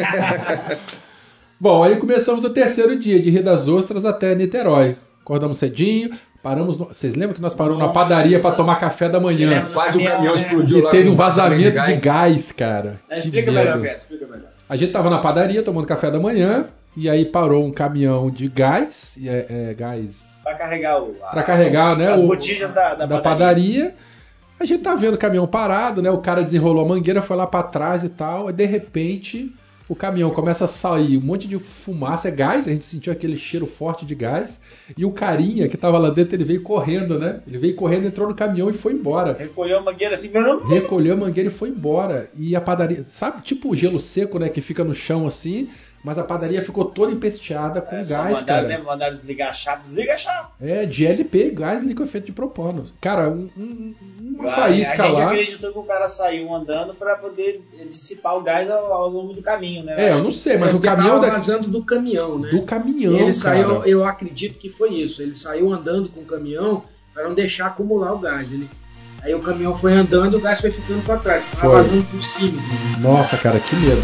né? Bom, aí começamos o terceiro dia, de Rio das Ostras até Niterói. Acordamos cedinho, paramos... No... Vocês lembram que nós paramos Nossa. na padaria para tomar café da Você manhã? lembra? Quase o Caminhão, caminhão né? explodiu E lá. teve com um vazamento de gás. gás, cara. Não, Que explica medo. melhor, Beto, explica melhor. A gente tava na padaria tomando café da manhã e aí parou um caminhão de gás, e é, é, gás Pra carregar o... a- para carregar, né, as o- botijas da, da, da padaria. padaria. A gente tá vendo o caminhão parado, né? O cara desenrolou a mangueira, foi lá para trás e tal, e de repente o caminhão começa a sair um monte de fumaça, é gás, a gente sentiu aquele cheiro forte de gás. E o carinha que tava lá dentro, ele veio correndo, né? Ele veio correndo, entrou no caminhão e foi embora. Recolheu a mangueira assim, meu Recolheu a mangueira e foi embora. E a padaria, sabe, tipo o gelo seco, né? Que fica no chão assim, mas a padaria ficou toda empesteada com É, só gás, mandaram, cara. né, mandaram desligar a chave, desliga a chave. É, de L P, gás liquefeito de propano. Cara, um, um, uma Vai, faísca a gente lá. acreditou que o cara saiu andando pra poder dissipar o gás ao, ao longo do caminho, né? É, eu não sei, mas Quer o dizer, caminhão tava da... vazando do caminhão, né? do caminhão, E ele saiu, cara. eu acredito que foi isso. Ele saiu andando com o caminhão para não deixar acumular o gás. Ele, aí o caminhão foi andando e o gás foi ficando para trás, tava Foi. vazando por cima. Nossa, cara, que medo.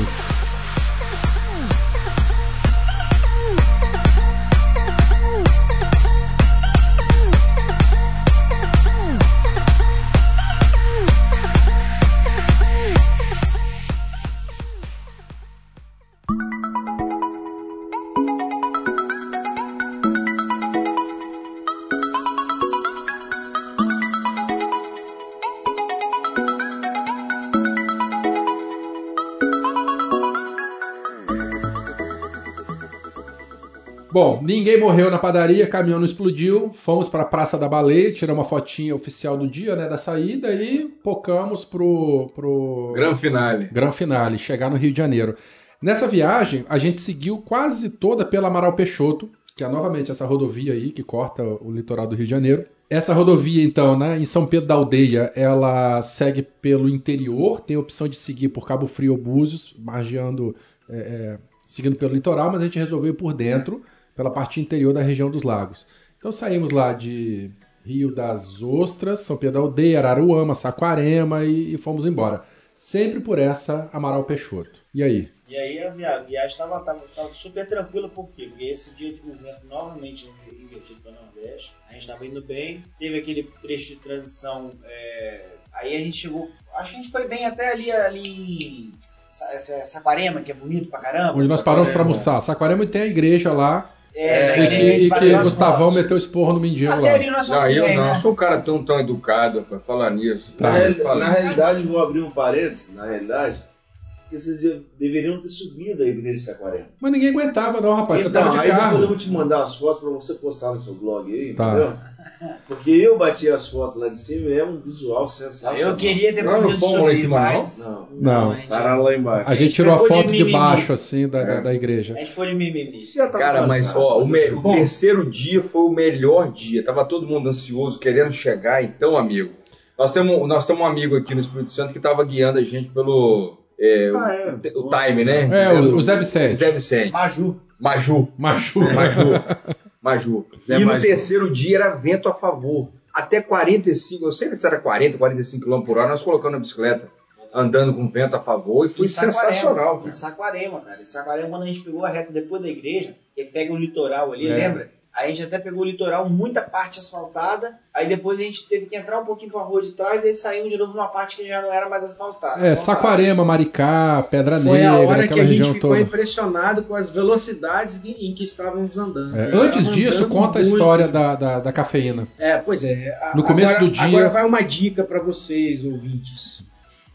Bom, ninguém morreu na padaria, caminhão não explodiu, fomos para a Praça da Baleia, tiramos uma fotinha oficial do dia, né, da saída e pocamos pro, pro Gran finale. Gran Finale, chegar no Rio de Janeiro. Nessa viagem, a gente seguiu quase toda pela Amaral Peixoto, que é novamente essa rodovia aí que corta o litoral do Rio de Janeiro. Essa rodovia, então, né, em São Pedro da Aldeia, ela segue pelo interior, tem a opção de seguir por Cabo Frio ou Búzios, margeando, é, é, seguindo pelo litoral, mas a gente resolveu ir por dentro, pela parte interior da região dos lagos. Então saímos lá de Rio das Ostras, São Pedro da Aldeia, Araruama, Saquarema e, e fomos embora. Sempre por essa Amaral Peixoto. E aí? E aí a via- a viagem estava tava, tava super tranquila, por quê? Porque esse dia de movimento novamente invertido para o Nordeste, a gente estava indo bem, teve aquele trecho de transição, é, a Aí a gente chegou, acho que a gente foi bem até ali, ali em Sa- Saquarema, que é bonito pra caramba. Onde nós paramos para almoçar. Saquarema tem a igreja lá. É, e daí que, a gente e bateu que as Gustavão fotos. meteu esporro no mendigo Até lá. ali nós Não, fomos eu bem, não, né? eu sou um cara tão, tão educado pra falar nisso. Na, Tá. real- Fala. na realidade, vou abrir um parênteses, na realidade, que vocês de- deveriam ter subido a igreja de Saquarema. Mas ninguém aguentava não, rapaz. Você Então, tava de aí depois eu carro. vou te mandar as fotos pra você postar no seu blog aí, Tá. entendeu? Porque eu bati as fotos lá de cima e é um visual sensacional. Eu queria ter Nós não podido fomos lá em subir, cima, não? mas... Não, Não. a gente, pararam lá embaixo. A gente tirou a ficou de foto de mimimi. baixo, assim, da, da, É. da igreja. a gente foi de mimimi. Já tava Cara, mas cansado. ó, o, me- o Bom. terceiro dia foi o melhor dia. Tava todo mundo ansioso, querendo chegar. Então, amigo, nós temos, nós temos um amigo aqui no Espírito Santo que tava guiando a gente pelo é, o- Ah, é. o, time, né? É, Dizendo- o, o Zé Vicente. Zé Vicente. Maju. Maju. Machu. Maju. Maju. Zé E no Maju. terceiro dia era vento a favor. Até quarenta e cinco, eu sei se era quarenta, quarenta e cinco quilômetros por hora, nós colocamos a bicicleta, andando com vento a favor, e foi Em Saquarema, sensacional. Em Cara. Saquarema, cara. Em Saquarema, quando a gente pegou a reta depois da igreja, que pega o litoral ali, É. lembra? Aí a gente até pegou o litoral, muita parte asfaltada. Aí depois a gente teve que entrar um pouquinho pra rua de trás e aí saímos de novo numa parte que já não era mais asfaltada. É, asfaltada. Saquarema, Maricá, Pedra Foi Negra, a hora que aquela a gente região ficou toda. impressionado com as velocidades em em que estávamos andando. É, Nós antes estávamos disso, andando conta a muito. história da, da, da cafeína. É, pois é. A- No começo agora, do dia- Agora vai uma dica para vocês, ouvintes.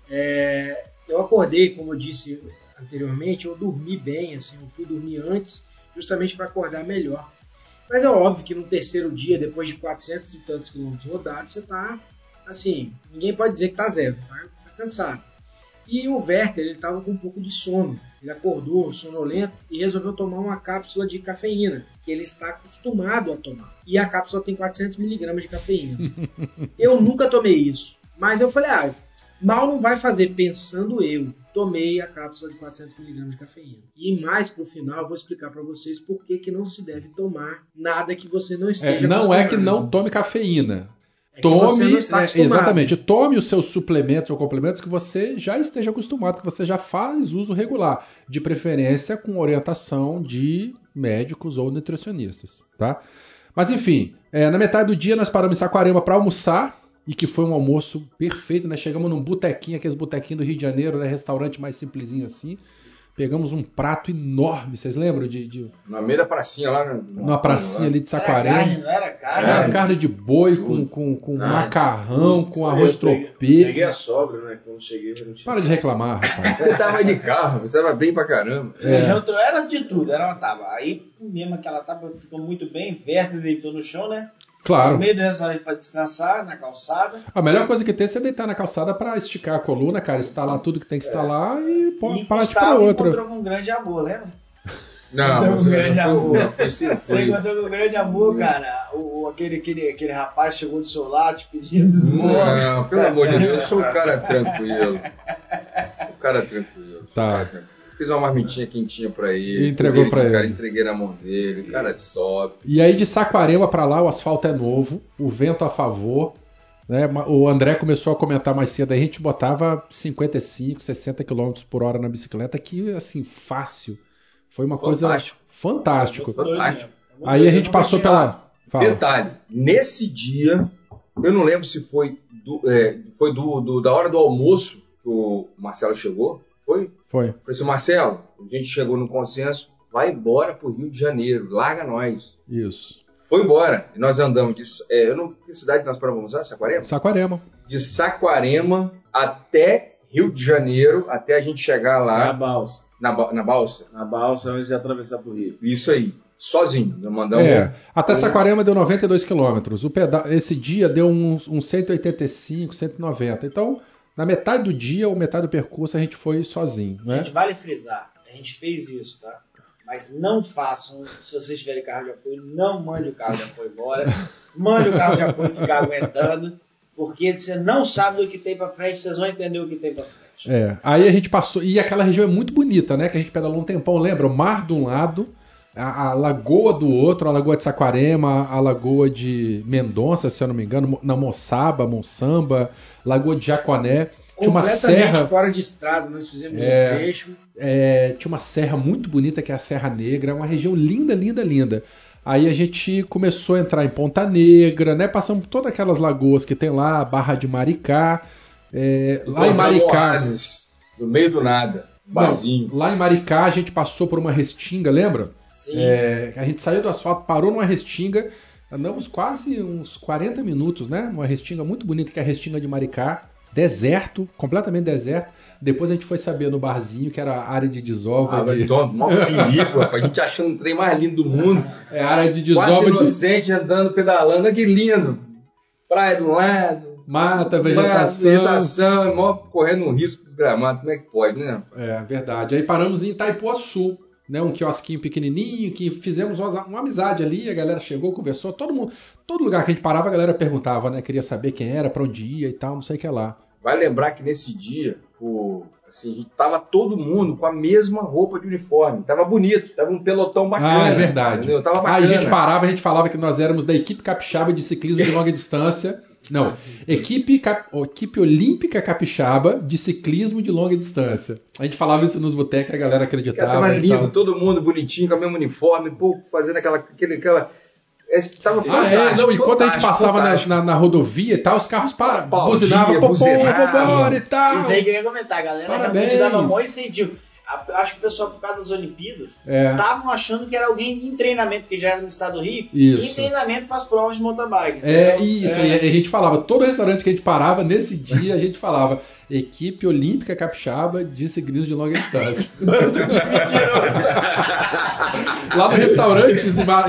É, eu acordei, como eu disse anteriormente, eu dormi bem, assim, eu fui dormir antes, justamente para acordar melhor. Mas é óbvio que no terceiro dia, depois de quatrocentos e tantos quilômetros rodados, você tá, assim, ninguém pode dizer que tá zero, tá, tá cansado. E o Werther, ele estava com um pouco de sono. Ele acordou sonolento e resolveu tomar uma cápsula de cafeína, que ele está acostumado a tomar. E a cápsula tem quatrocentos miligramas de cafeína. Eu nunca tomei isso. Mas eu falei, ah, mal não vai fazer, pensando eu. Tomei a cápsula de quatrocentos miligramas de cafeína. E mais pro final eu vou explicar para vocês por que, que não se deve tomar nada que você não esteja É, não é que acostumado. não tome cafeína. É que você Tome, não está é, acostumado. exatamente, tome os seus suplementos ou complementos que você já esteja acostumado, que você já faz uso regular, de preferência com orientação de médicos ou nutricionistas, tá? Mas enfim, é, na metade do dia nós paramos em Saquarema para almoçar, e que foi um almoço perfeito, né? Chegamos num botequinho, aqueles botequinhos do Rio de Janeiro, né? Restaurante mais simplesinho assim. Pegamos um prato enorme, vocês lembram? De, de No meio da pracinha lá. no- numa pracinha ali de Era Saquarema. carne, não era carne? Era É. carne de boi com, com, com Ah, macarrão, putz, com arroz eu peguei- tropeiro. Peguei a sobra, né? Quando cheguei, eu não tinha. Para de reclamar, rapaz. Você tava de carro, você tava bem pra caramba. É. Feijão tro- Era de tudo, era uma tábua. Aí mesmo aquela tábua ficou muito bem, Werther deitou no chão, né? No Claro. meio do restaurante para descansar, na calçada. A melhor coisa que tem é você deitar na calçada para esticar a coluna, cara, instalar tudo que tem que instalar e pô, E partir para Gustavo outra. encontrou com um grande amor, lembra? Não, Então, você grande não amor. foi, não foi, sim, Você foi. encontrou com um grande amor, cara. O, o- aquele, aquele, aquele rapaz chegou do seu lado te pedindo esmola. Não, pelo amor de Deus, eu sou um cara tranquilo. Um cara tranquilo. sou um Tá. cara tranquilo. Fiz uma marmitinha quentinha pra ele. E entregou cuidei pra do cara, ele. Entreguei na mão dele. O cara sobe. E aí de Saquarema para lá o asfalto é novo, o vento a favor. Né? O André começou a comentar mais cedo, a gente botava cinquenta e cinco, sessenta quilômetros por hora na bicicleta, que assim, fácil. Foi uma Fantástico. coisa fantástico. Fantástico. Aí a gente passou pela... Fala. Detalhe, nesse dia, eu não lembro se foi, do, é, foi do, do- da hora do almoço que o Marcelo chegou. Foi? Foi. Falei assim, Marcelo, a gente chegou no consenso, vai embora pro Rio de Janeiro, larga nós. Isso. Foi embora. E nós andamos de... É, eu não... Que cidade nós paramos usar? Saquarema? Saquarema. De Saquarema até Rio de Janeiro, até a gente chegar Na lá balsa. na, ba- na balsa. Na balsa, onde ia atravessar pro Rio. Isso aí. Sozinho. Nós mandamos... É, até Saquarema deu noventa e dois quilômetros. O peda... Esse dia deu uns, uns cento e oitenta e cinco, cento e noventa. Então, na metade do dia ou metade do percurso, a gente foi sozinho. Né? Gente, vale frisar, a gente fez isso, tá? Mas não façam, se vocês tiverem carro de apoio, não mande o carro de apoio embora. Mande o carro de apoio ficar aguentando, porque você não sabe do que tem pra frente, vocês vão entender o que tem pra frente. É, aí a gente passou. E aquela região é muito bonita, né? Que a gente pedalou um tempão, lembra? O mar de um lado, a, a lagoa do outro, a lagoa de Saquarema, a lagoa de Mendonça, se eu não me engano, na Moçaba, Monçamba, lagoa de Jaconé. Tinha uma Completamente serra. fora de estrada, nós fizemos É. um trecho. É, tinha uma serra muito bonita que é a Serra Negra, uma região linda, linda, linda. Aí a gente começou a entrar em Ponta Negra, né? Passamos por todas aquelas lagoas que tem lá, Barra de Maricá, É, lá em Maricá... Oasis, no meio do nada, barzinho. Não, lá em Maricá a gente passou por uma restinga, lembra? Sim. É, a gente saiu do asfalto, parou numa restinga, andamos quase uns quarenta minutos, né? Uma restinga muito bonita, que é a restinga de Maricá. Deserto, completamente deserto. Depois a gente foi saber no barzinho que era a área de desova. Ah, de... então, mó perigo, rapaz. A gente achando o trem mais lindo do mundo. É a área de desova. Quase de inocente, andando, pedalando. Olha que lindo. Praia do lado. mata, vegetação. Mata, vegetação, mó correndo um risco desgramado. Como é que pode, né? É, verdade. Aí paramos em Itaipuaçu, né? Um quiosquinho pequenininho, que fizemos uma, uma amizade ali. A galera chegou, conversou. Todo mundo, todo lugar que a gente parava, a galera perguntava, né? Queria saber quem era, pra onde ia e tal, não sei o que lá. Vai lembrar que nesse dia, o, assim, tava todo mundo com a mesma roupa de uniforme. Tava bonito, tava um pelotão bacana. Ah, é verdade. Entendeu? Tava bacana. Aí a gente parava, a gente falava que nós éramos da equipe capixaba de ciclismo de longa distância. Não, equipe, cap, equipe olímpica capixaba de ciclismo de longa distância. A gente falava isso nos botecos, a galera acreditava. Tava lindo, tal. todo mundo bonitinho, com o mesmo uniforme, pô, fazendo aquela... Aquele, aquela Tava ah, é? Não, enquanto a gente passava na, na, na rodovia e tal, os carros para, buzinavam, buzinavam e tal. Isso aí que eu ia comentar, a galera Parabéns. realmente dava mó incentivo. Acho que o pessoal, por causa das Olimpíadas, estavam é. achando que era alguém em treinamento, porque já era no estado do Rio, isso. em treinamento para as provas de mountain bike. É, então, isso, é. E a gente falava, todo restaurante que a gente parava, nesse dia a gente falava, equipe olímpica capixaba de ciclismo de longa distância. Lá no restaurante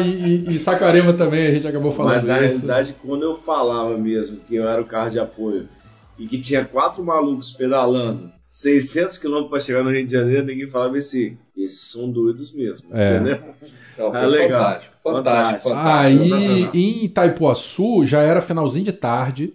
em Saquarema também a gente acabou falando Mas na isso. realidade, quando eu falava mesmo que eu era o carro de apoio e que tinha quatro malucos pedalando seiscentos quilômetros para chegar no Rio de Janeiro, ninguém falava assim, esses são doidos mesmo, é. entendeu? Não, foi ah, legal. Fantástico, fantástico, fantástico. Aí em Itaipuaçu já era finalzinho de tarde.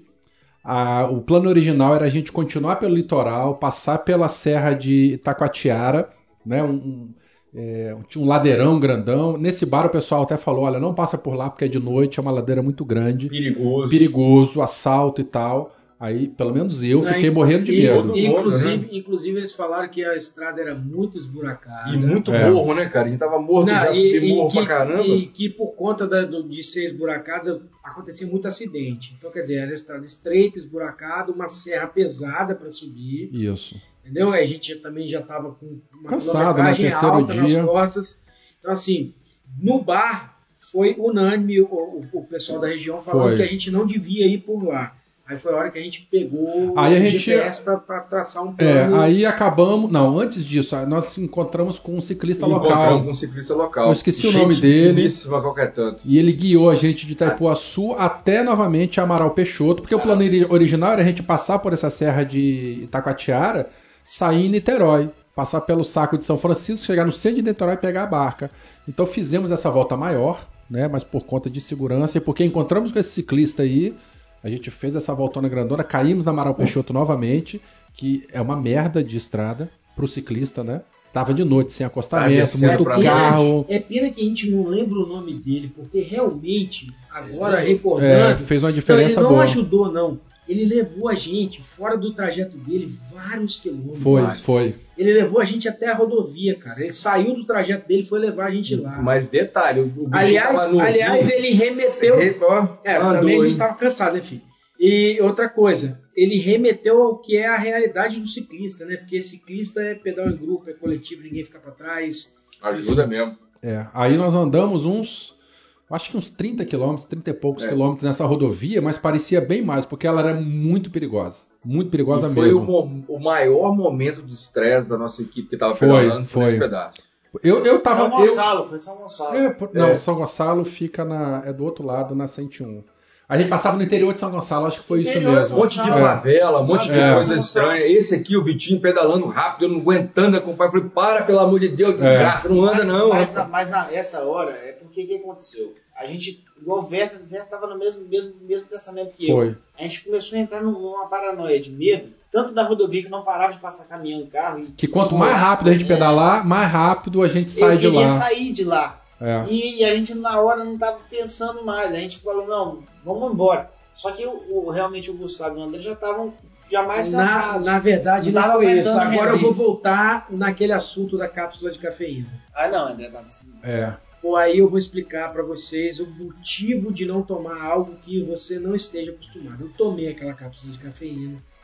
Ah, o plano original era a gente continuar pelo litoral, passar pela serra de Itacoatiara, né? Um, um, é, tinha um ladeirão grandão. Nesse bar o pessoal até falou, olha, não passa por lá porque é de noite, é uma ladeira muito grande. Perigoso. Perigoso, assalto e tal. Aí, pelo menos eu, fiquei Aí, morrendo de medo. Inclusive, né? inclusive, eles falaram que a estrada era muito esburacada. E muito é. morro, né, cara? A gente tava morto, não, já subi morro que, pra caramba. E que por conta da, do, de ser esburacada, acontecia muito acidente. Então, quer dizer, era estrada estreita, esburacada, uma serra pesada para subir. Isso. Entendeu? A gente também já tava com uma cansado, né? Terceiro alta dia. nas costas. Então, assim, no bar foi unânime o, o, o pessoal da região falando foi. que a gente não devia ir por lá. Aí foi a hora que a gente pegou aí o a gente, G P S para traçar um plano. É, aí acabamos... Não, antes disso, nós encontramos com um ciclista local. Encontramos com um ciclista local. Eu esqueci o nome dele. Qualquer tanto. E ele guiou a gente de Itaipuaçu ah. até novamente Amaral Peixoto, porque ah. o plano original era a gente passar por essa serra de Itacoatiara, sair em Niterói, passar pelo Saco de São Francisco, chegar no centro de Niterói e pegar a barca. Então fizemos essa volta maior, né, mas por conta de segurança e porque encontramos com esse ciclista aí, a gente fez essa voltona grandona, caímos na Amaral Peixoto novamente, que é uma merda de estrada pro ciclista, né? Tava de noite, sem acostamento, ah, muito carro. É pena que a gente não lembra o nome dele, porque realmente, agora recordando, é, fez uma diferença não, ele não boa. ajudou, não. Ele levou a gente, fora do trajeto dele, vários quilômetros. Foi, vários. foi. Ele levou a gente até a rodovia, cara. Ele saiu do trajeto dele e foi levar a gente lá. Mas detalhe, o bicho aliás, tava no... aliás, ele remeteu... Re... É, também a gente estava cansado, enfim. E outra coisa, ele remeteu ao que é a realidade do ciclista, né? Porque ciclista é pedal em grupo, é coletivo, ninguém fica para trás. Ajuda mesmo. É, aí nós andamos uns, acho que uns trinta quilômetros, trinta e poucos é. quilômetros nessa rodovia, mas parecia bem mais, porque ela era muito perigosa. Muito perigosa e foi mesmo. Foi o, o maior momento de estresse da nossa equipe que estava pedalando foi, nesse pedaço. Eu, eu tava, São Gonçalo, eu, foi São Gonçalo. É, não, é. São Gonçalo fica na, é do outro lado, na cento e um. A gente passava no interior de São Gonçalo, acho que foi interior isso mesmo. Um monte de favela, um monte de é. coisa estranha. Esse aqui, o Vitinho pedalando rápido, eu não aguentando acompanhar. Eu falei, para, pelo amor de Deus, desgraça, é. não anda mas, não. Mas, na, mas nessa hora, é porque o que aconteceu? A gente, igual o Werther, o Werther tava no mesmo, mesmo, mesmo pensamento que foi. eu. A gente começou a entrar numa paranoia de medo, tanto da rodovia que não parava de passar caminhão e carro. E, que quanto mais rápido a gente pedalar, mais rápido a gente sai de lá. Eu queria sair de lá. É. E, e a gente na hora não tava pensando mais. A gente falou, não, vamos embora. Só que o, o, realmente o Gustavo e o André já estavam já mais cansados. Na, na verdade, não, não foi isso. Agora eu vou voltar naquele assunto da cápsula de cafeína. Ah, não, André, tá assim. É. Ou aí eu vou explicar para vocês o motivo de não tomar algo que você não esteja acostumado. Eu tomei aquela cápsula de cafeína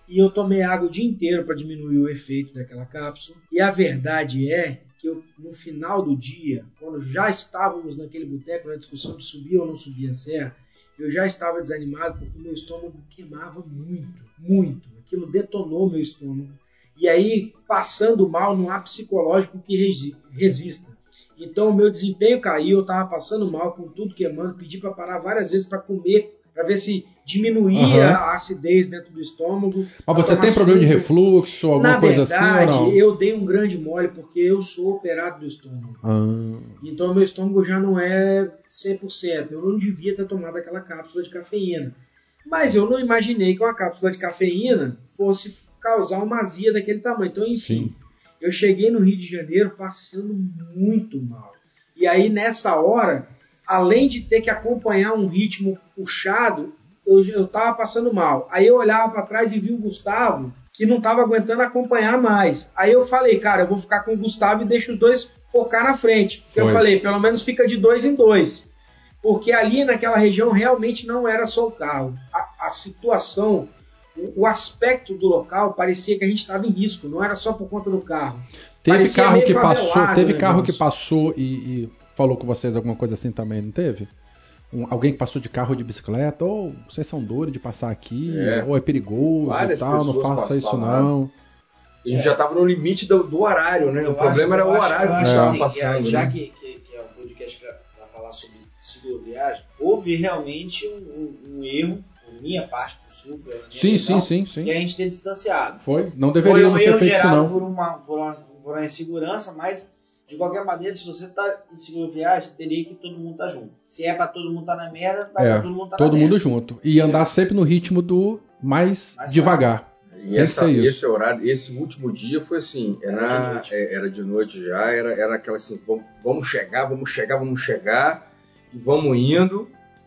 e eu tomei água o dia inteiro para diminuir o efeito daquela cápsula. E a verdade é que eu, no final do dia, quando já estávamos naquele boteco, na discussão de subir ou não subir a serra, eu já estava desanimado porque o meu estômago queimava muito, muito. Aquilo detonou meu estômago. E aí, passando mal, não há psicológico que resi- resista. Então, o meu desempenho caiu, eu estava passando mal, com tudo queimando, pedi para parar várias vezes para comer, para ver se diminuía uhum. a acidez dentro do estômago. Mas você tem problema suco. de refluxo, alguma Na coisa verdade, assim ou não? Eu dei um grande mole porque eu sou operado do estômago. Ah. Então, meu estômago já não é cem por cento. Eu não devia ter tomado aquela cápsula de cafeína. Mas eu não imaginei que uma cápsula de cafeína fosse causar uma azia daquele tamanho. Então, enfim, Sim. eu cheguei no Rio de Janeiro passando muito mal. E aí, nessa hora, além de ter que acompanhar um ritmo puxado, eu estava passando mal. Aí eu olhava para trás e vi o Gustavo, que não estava aguentando acompanhar mais. Aí eu falei, cara, eu vou ficar com o Gustavo e deixo os dois focar na frente. Foi. Eu falei, pelo menos fica de dois em dois. Porque ali naquela região realmente não era só o carro. A, a situação, o, o aspecto do local parecia que a gente estava em risco, não era só por conta do carro. Teve parecia carro que passou, teve né, carro negócio. que passou e, e falou com vocês alguma coisa assim também, não teve? Um, alguém que passou de carro ou de bicicleta, ou oh, vocês são doidos de passar aqui, é. ou é perigoso Várias e tal, não faça isso não. A gente é. já estava no limite do, do horário, né? Eu o problema acho, era o horário que a gente estava assim, passando. Já né? que, que, que é um podcast para falar sobre cicloviagem, houve realmente um, um, um erro, por minha parte, por sua, pela minha sim, visão, sim, sim, sim. que a gente ter distanciado. Foi, não deveríamos Foi um ter erro feito isso gerado não. Por uma, por, uma, por uma insegurança, mas de qualquer maneira, se você está em cicloviagem, você teria que todo mundo estar tá junto. Se é para todo mundo estar tá na merda, vai é, pra todo mundo estar tá todo na mundo merda. junto. E andar sempre no ritmo do mais, mais devagar. E essa, esse horário, esse último dia foi assim, era, era, de, noite. era de noite já, era, era aquela assim, vamos, vamos chegar, vamos chegar, vamos chegar, e vamos indo,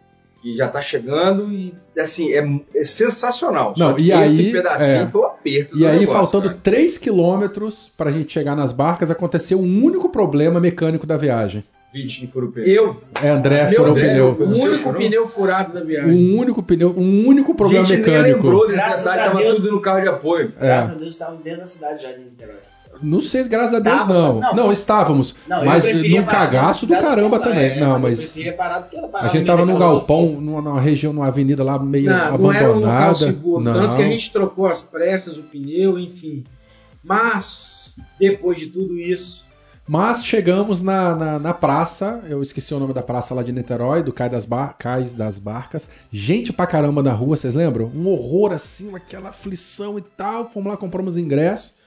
e já tá chegando, e assim, é, é sensacional. Não, Só que e esse aí, pedacinho é, foi o aperto E do aí, negócio, faltando cara. três quilômetros pra gente chegar nas barcas, aconteceu um único problema mecânico da viagem. Vitinho furou o pneu. Eu. É, André Meu furou o Deus, pneu. O único pneu furado da viagem. Um único pneu, um único problema Gente, mecânico. nem lembrou desse Graças detalhe, a tava Deus. tudo no carro de apoio. Graças É. a Deus, estávamos dentro da cidade já de Niterói. Não sei, graças a Deus Tava, não. não. Não, estávamos. Não, eu mas preferia num parar cagaço do na cidade caramba do que lá, também. é, Não, Eu mas preferia parar do que ela parar a gente no tava meio num daquela galpão, numa, numa região, numa avenida lá meio não, abandonada. não era um local seguro. Não. Tanto que a gente trocou as pressas, o pneu, enfim. Mas, depois de tudo isso... Mas chegamos na, na, na praça, eu esqueci o nome da praça lá de Niterói, do Cais das, Bar, Cais das Barcas. Gente pra caramba na rua, vocês lembram? Um horror assim, aquela aflição e tal. Fomos lá, compramos ingresso.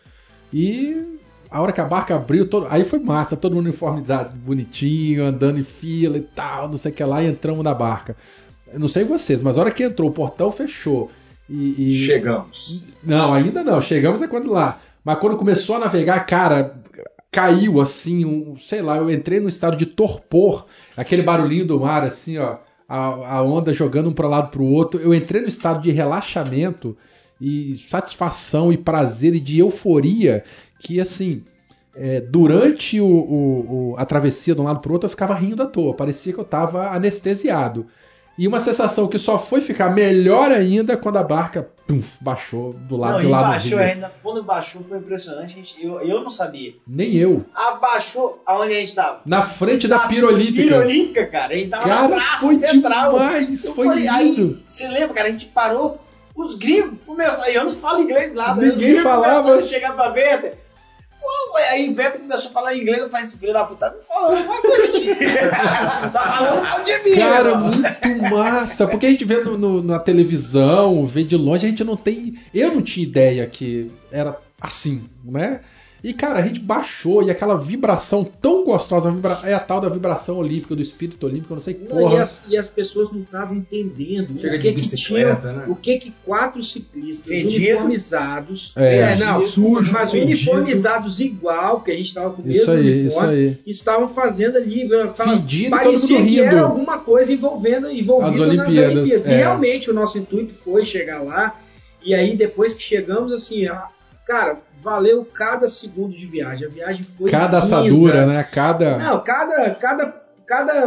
E a hora que a barca abriu, todo, aí foi massa, todo mundo uniformizado, bonitinho, andando em fila e tal, não sei o que lá, e entramos na barca. Eu não sei vocês, mas a hora que entrou, o portão fechou. E, e... Chegamos. Não, ainda não, chegamos é quando lá. Mas quando começou a navegar, cara... Caiu assim, um, sei lá, eu entrei no estado de torpor, aquele barulhinho do mar, assim, ó, a, a onda jogando um para um lado para o outro. Eu entrei no estado de relaxamento e satisfação e prazer e de euforia que, assim, é, durante o, o, o, a travessia de um lado para o outro eu ficava rindo à toa, parecia que eu estava anestesiado. E uma sensação que só foi ficar melhor ainda quando a barca pum, baixou do lado não, de lá baixou do rio. ainda. Quando baixou foi impressionante. A gente, eu, eu não sabia. Nem eu. Abaixou aonde a gente estava? Na frente na da Pira Olímpica. Pira Olímpica, cara. A gente tava cara, na praça foi central. Demais, eu foi falei, lindo. Aí, você lembra, cara? A gente parou. Os gringos começaram. Eu não falo inglês nada. Ninguém os gringos falava. começaram a chegar pra Beta. Pô, aí Beto começou a falar inglês, eu falei, esse filho da puta, tá me falando alguma coisa aqui. Tá falando mal de mim. Cara, mano. muito massa. Porque a gente vê no, no, na televisão, vê de longe, a gente não tem... Eu não tinha ideia que era assim, né? E, cara, a gente baixou e aquela vibração tão gostosa, vibra... é a tal da vibração olímpica, do espírito olímpico, eu não sei que porra. Não, e, as, e as pessoas não estavam entendendo Chega o que de bicicleta, que tinha, né? o que que quatro ciclistas Fedido. uniformizados, É, é, não, sujo, mas fedido. uniformizados igual, que a gente estava com o Isso mesmo aí, uniforme, isso aí. estavam fazendo ali, fala, Fedido e todo parecia mundo que rindo. era alguma coisa envolvendo, envolvida As nas Olimpíadas, Olimpíadas. é. E realmente o nosso intuito foi chegar lá, e aí depois que chegamos, assim, a, cara, valeu cada segundo de viagem. A viagem foi Cada linda. assadura, né? Cada... Não, cada, cada, cada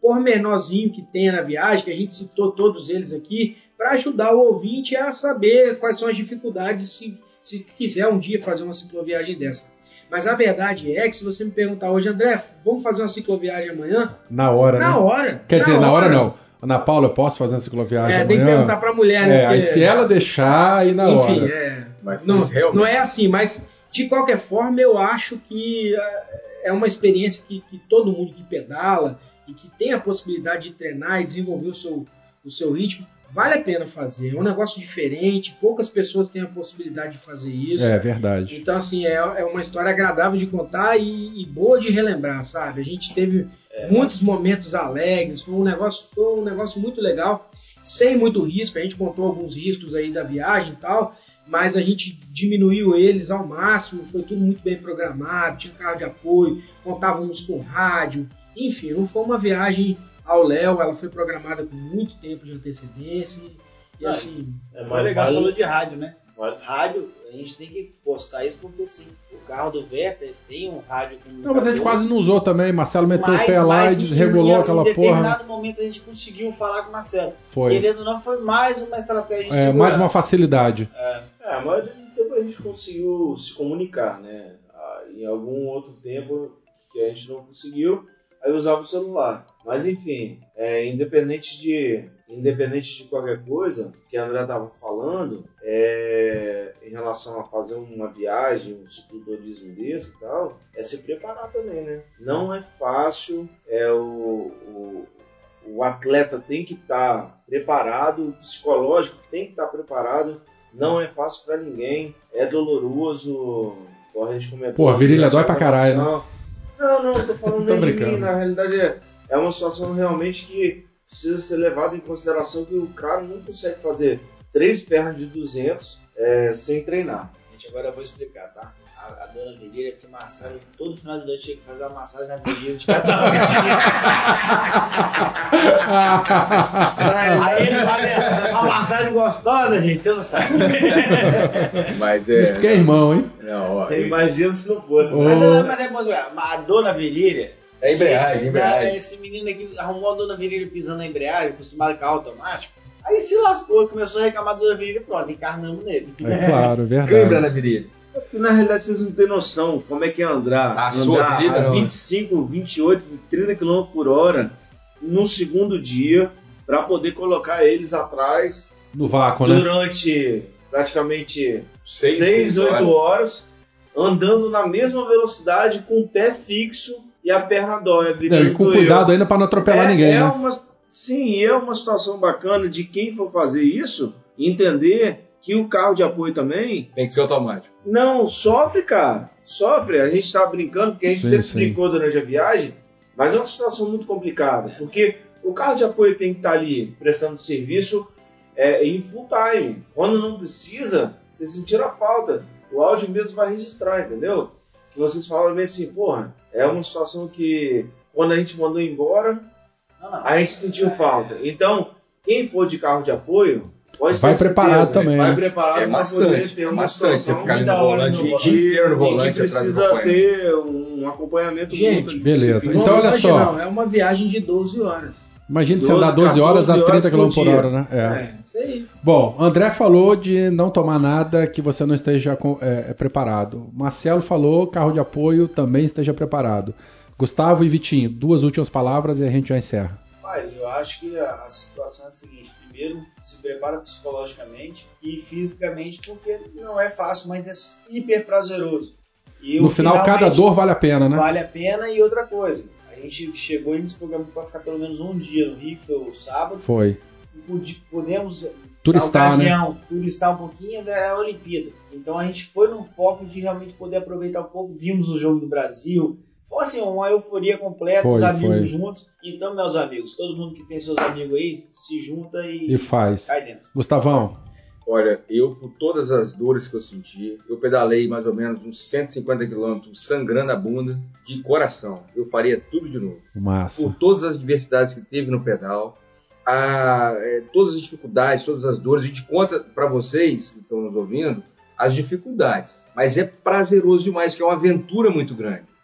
pormenorzinho que tem na viagem, que a gente citou todos eles aqui, para ajudar o ouvinte a saber quais são as dificuldades se, se quiser um dia fazer uma cicloviagem dessa. Mas a verdade é que se você me perguntar hoje, André, vamos fazer uma cicloviagem amanhã? Na hora, na né? hora. Quer na dizer, hora. na hora não. Ana Paula, eu posso fazer uma cicloviagem É, amanhã? tem que perguntar para a mulher, né? É, aí se ela deixar, aí na Enfim, hora. é, Mas não, realmente... não é assim, mas de qualquer forma eu acho que é uma experiência que, que todo mundo que pedala e que tem a possibilidade de treinar e desenvolver o seu, o seu ritmo, vale a pena fazer. É um negócio diferente, poucas pessoas têm a possibilidade de fazer isso. É verdade. Então, assim, é, é uma história agradável de contar e, e boa de relembrar, sabe? A gente teve é, muitos momentos alegres, foi um negócio, foi um negócio muito legal, sem muito risco. A gente contou alguns riscos aí da viagem e tal, mas a gente diminuiu eles ao máximo, foi tudo muito bem programado, tinha carro de apoio, contávamos com rádio, enfim, não foi uma viagem ao léu, ela foi programada com muito tempo de antecedência e, e assim... É mais legal, vale... você falou de rádio, né? Vale. Rádio, a gente tem que postar isso porque sim, o carro do Werther tem um rádio com... Não, mas a gente quase não usou também, Marcelo meteu mas, o pé lá e desregulou em, aquela porra. Em determinado porra. momento a gente conseguiu falar com o Marcelo. Foi. Querendo ou não, foi mais uma estratégia de é, segurança. Mais uma facilidade. É, é a maioria do tempo a gente conseguiu se comunicar, né? Em algum outro tempo que a gente não conseguiu, aí usava o celular. Mas enfim, é, independente, de, independente de qualquer coisa que a André estava falando, é, em relação a fazer uma viagem, um cicloturismo desse e tal, é se preparar também, né? Não é fácil, é, o, o, o atleta tem que estar tá preparado, o psicológico tem que estar tá preparado, não é fácil para ninguém, é doloroso, como a gente comentou. Pô, a virilha dói pra caralho, né? Não, não, tô falando tô nem brincando. de mim, na realidade é, é uma situação realmente que precisa ser levada em consideração que o cara não consegue fazer três pernas de duzentos é, sem treinar. Gente, agora eu vou explicar, tá? A, a dona Virilha, que Marcelo, todo final de noite tinha que fazer uma massagem na virilha de cada um. Aí ele faz uma massagem gostosa, gente, você não sabe. Mas é... Isso que é irmão, hein? Não, ó, imagina se não fosse. Oh. Mas, mas é bom, a dona Virilha... É embreagem, embreagem. Esse menino aqui arrumou a dona Virilha pisando na embreagem, acostumado com automático. Aí se lascou, começou a reclamar da dona Virilha e pronto, encarnamos nele. É claro, é verdade. Câimbra na virilha. É porque na realidade vocês não têm noção como é que é andar, a andar sua virilha, a não, vinte e cinco, vinte e oito, trinta quilômetros por hora no segundo dia para poder colocar eles atrás no vácuo, né? Durante praticamente seis, oito horas, andando na mesma velocidade com o pé fixo e a perna dói. A é, e com cuidado ainda para não atropelar é, ninguém, é né? Uma, sim, é uma situação bacana de quem for fazer isso entender que o carro de apoio também... Tem que ser automático. Não, sofre, cara. Sofre. A gente tá brincando, porque a gente sim, sempre sim. brincou durante a viagem, mas é uma situação muito complicada, porque o carro de apoio tem que estar ali prestando serviço é, em full time. Quando não precisa, você sentir a falta. O áudio mesmo vai registrar, entendeu? Que vocês falam bem assim, porra, é uma situação que quando a gente mandou embora, não, não. a gente sentiu falta. Então, quem for de carro de apoio... Pode vai preparado certeza, também. Vai preparado é maçante, ter uma é maçante você ficar ali no volante o dia inteiro no volante atrás do precisa ter um acompanhamento. Gente, muito beleza. Então, então olha só. Não, é uma viagem de doze horas. Imagina você andar doze horas a trinta quilômetros por hora, né? É. é, isso aí. Bom, André falou de não tomar nada que você não esteja é, preparado. Marcelo falou carro de apoio também esteja preparado. Gustavo e Vitinho, duas últimas palavras e a gente já encerra. Mas eu acho que a, a situação é a seguinte: primeiro, se prepara psicologicamente e fisicamente, porque não é fácil, mas é hiper prazeroso. E no final, cada dor vale a pena, né? Vale a pena. E outra coisa, a gente chegou e nos programou para ficar pelo menos um dia no Rio, que foi o sábado. Foi. Podemos, turistar, na ocasião, né? turistar um pouquinho da Olimpíada. Então a gente foi num foco de realmente poder aproveitar um pouco. Vimos o jogo do Brasil. Foi assim, uma euforia completa, foi, os amigos foi. juntos. Então, meus amigos, todo mundo que tem seus amigos aí, se junta e, e faz. Cai dentro. Gustavão? Olha, eu, por todas as dores que eu senti, eu pedalei mais ou menos uns cento e cinquenta quilômetros, sangrando a bunda, de coração. Eu faria tudo de novo. Massa. Por todas as adversidades que teve no pedal, a, é, todas as dificuldades, todas as dores. A gente conta para vocês que estão nos ouvindo as dificuldades, mas é prazeroso demais, que é uma aventura muito grande.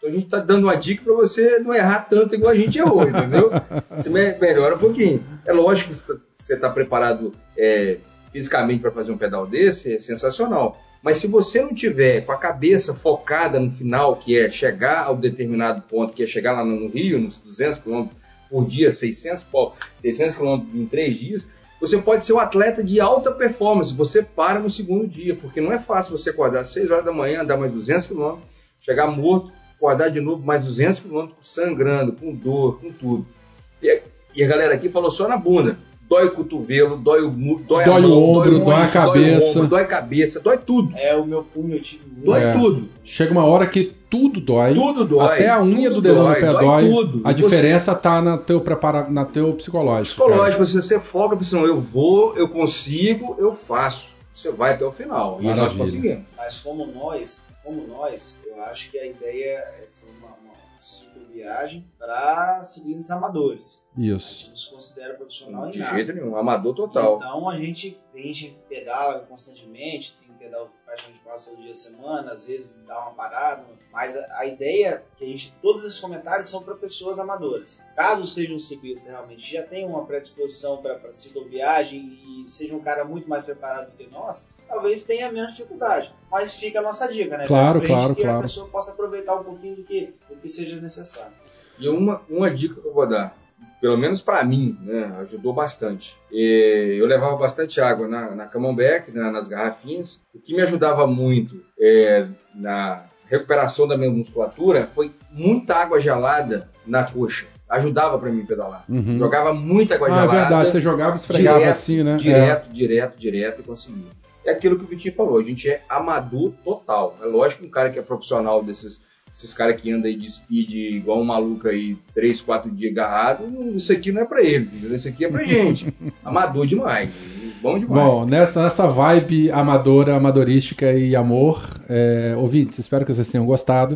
Então a gente está dando uma dica para você não errar tanto igual a gente errou, entendeu? Você melhora um pouquinho. É lógico que você está preparado é, fisicamente para fazer um pedal desse, é sensacional. Mas se você não tiver com a cabeça focada no final, que é chegar ao determinado ponto, que é chegar lá no Rio, nos duzentos quilômetros por dia, seiscentos quilômetros em três dias, você pode ser um atleta de alta performance. Você para no segundo dia, porque não é fácil você acordar às seis horas da manhã, andar mais duzentos quilômetros, chegar morto, acordar de novo mais duzentos quilômetros, sangrando, com dor, com tudo. E a, e a galera aqui falou só na bunda. Dói o cotovelo, dói o dói, dói a mão, o ombro, dói, o dói a ombro, cabeça. Dói, o ombro, dói a cabeça, dói tudo. É, o meu punho eu tive muito. Dói É. tudo. Chega uma hora que tudo dói. Tudo dói. Até a unha tudo do dedão dói, do pé dói. dói. Tudo. A E diferença você... tá na teu, prepara... na teu psicológico. Psicológico. Se você foca, você não, eu vou, eu consigo, eu faço. Você vai até o final. E nós conseguimos. Mas como nós, como nós, eu acho que a ideia foi uma, uma cicloviagem para ciclistas amadores. Isso. A gente não se considera profissional De em nada. jeito nenhum, amador total. Então a gente, a gente pedala constantemente, tem pedal praticamente quase todo dia da semana, às vezes dá uma parada, mas a, a ideia que a gente, todos esses comentários são para pessoas amadoras. Caso seja um ciclista realmente já tenha uma predisposição para cicloviagem e seja um cara muito mais preparado do que nós, talvez tenha menos dificuldade. Mas fica a nossa dica, né? Claro, pra claro, gente que claro. a pessoa possa aproveitar um pouquinho do que, do que seja necessário. E uma, uma dica que eu vou dar, pelo menos para mim, né, ajudou bastante. E eu levava bastante água na, na Camembert, na, nas garrafinhas. O que me ajudava muito é, na recuperação da minha musculatura foi muita água gelada na coxa. Ajudava para mim pedalar. Uhum. Jogava muita água Ah, gelada. é verdade, você jogava e esfregava direto, assim, né? Direto, é. direto, direto e conseguia. É aquilo que o Vitinho falou, a gente é amador total. É lógico que um cara que é profissional desses... Esses caras que andam aí de speed igual um maluco aí, três, quatro dias agarrado, isso aqui não é pra eles, entendeu? Isso aqui é pra gente. Amador demais, bom demais. Bom, nessa, nessa vibe amadora, amadorística e amor, é, ouvintes, espero que vocês tenham gostado.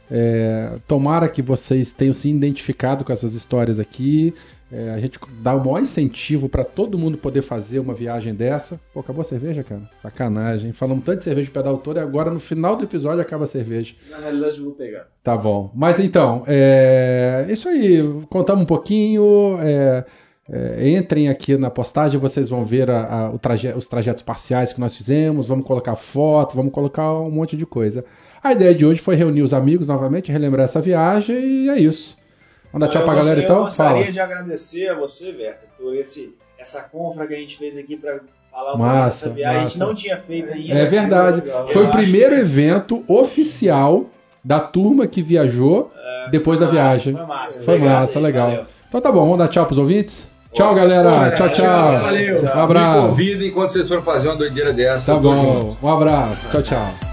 É, tomara que vocês tenham se identificado com essas histórias aqui. É, a gente dá o maior incentivo para todo mundo poder fazer uma viagem dessa. Pô, acabou a cerveja, cara? Sacanagem. Falamos tanto de cerveja de pedal todo e agora no final do episódio acaba a cerveja. Na realidade eu vou pegar. Tá bom. Mas então, é isso aí. Contamos um pouquinho. É, é, entrem aqui na postagem, vocês vão ver a, a, o traje, os trajetos parciais que nós fizemos. Vamos colocar foto, vamos colocar um monte de coisa. A ideia de hoje foi reunir os amigos novamente, relembrar essa viagem e é isso. Vamos dar tchau pra galera então? Eu gostaria Fala. de agradecer a você, Werther, por esse, essa confra que a gente fez aqui para falar um Massa, pouco dessa viagem. massa. A gente não tinha feito ainda. É verdade. Foi Eu o primeiro acho que- evento oficial da turma que viajou É, depois foi da massa, viagem. Foi massa. Foi Obrigado massa, aí, legal. valeu. Então tá bom, vamos dar tchau pros ouvintes? Tchau, galera. Bom, Tchau, tchau. Valeu. Um Me abraço. convidem enquanto vocês forem fazer uma doideira dessa. Tá eu tô bom. junto. Um abraço. Tchau, tchau.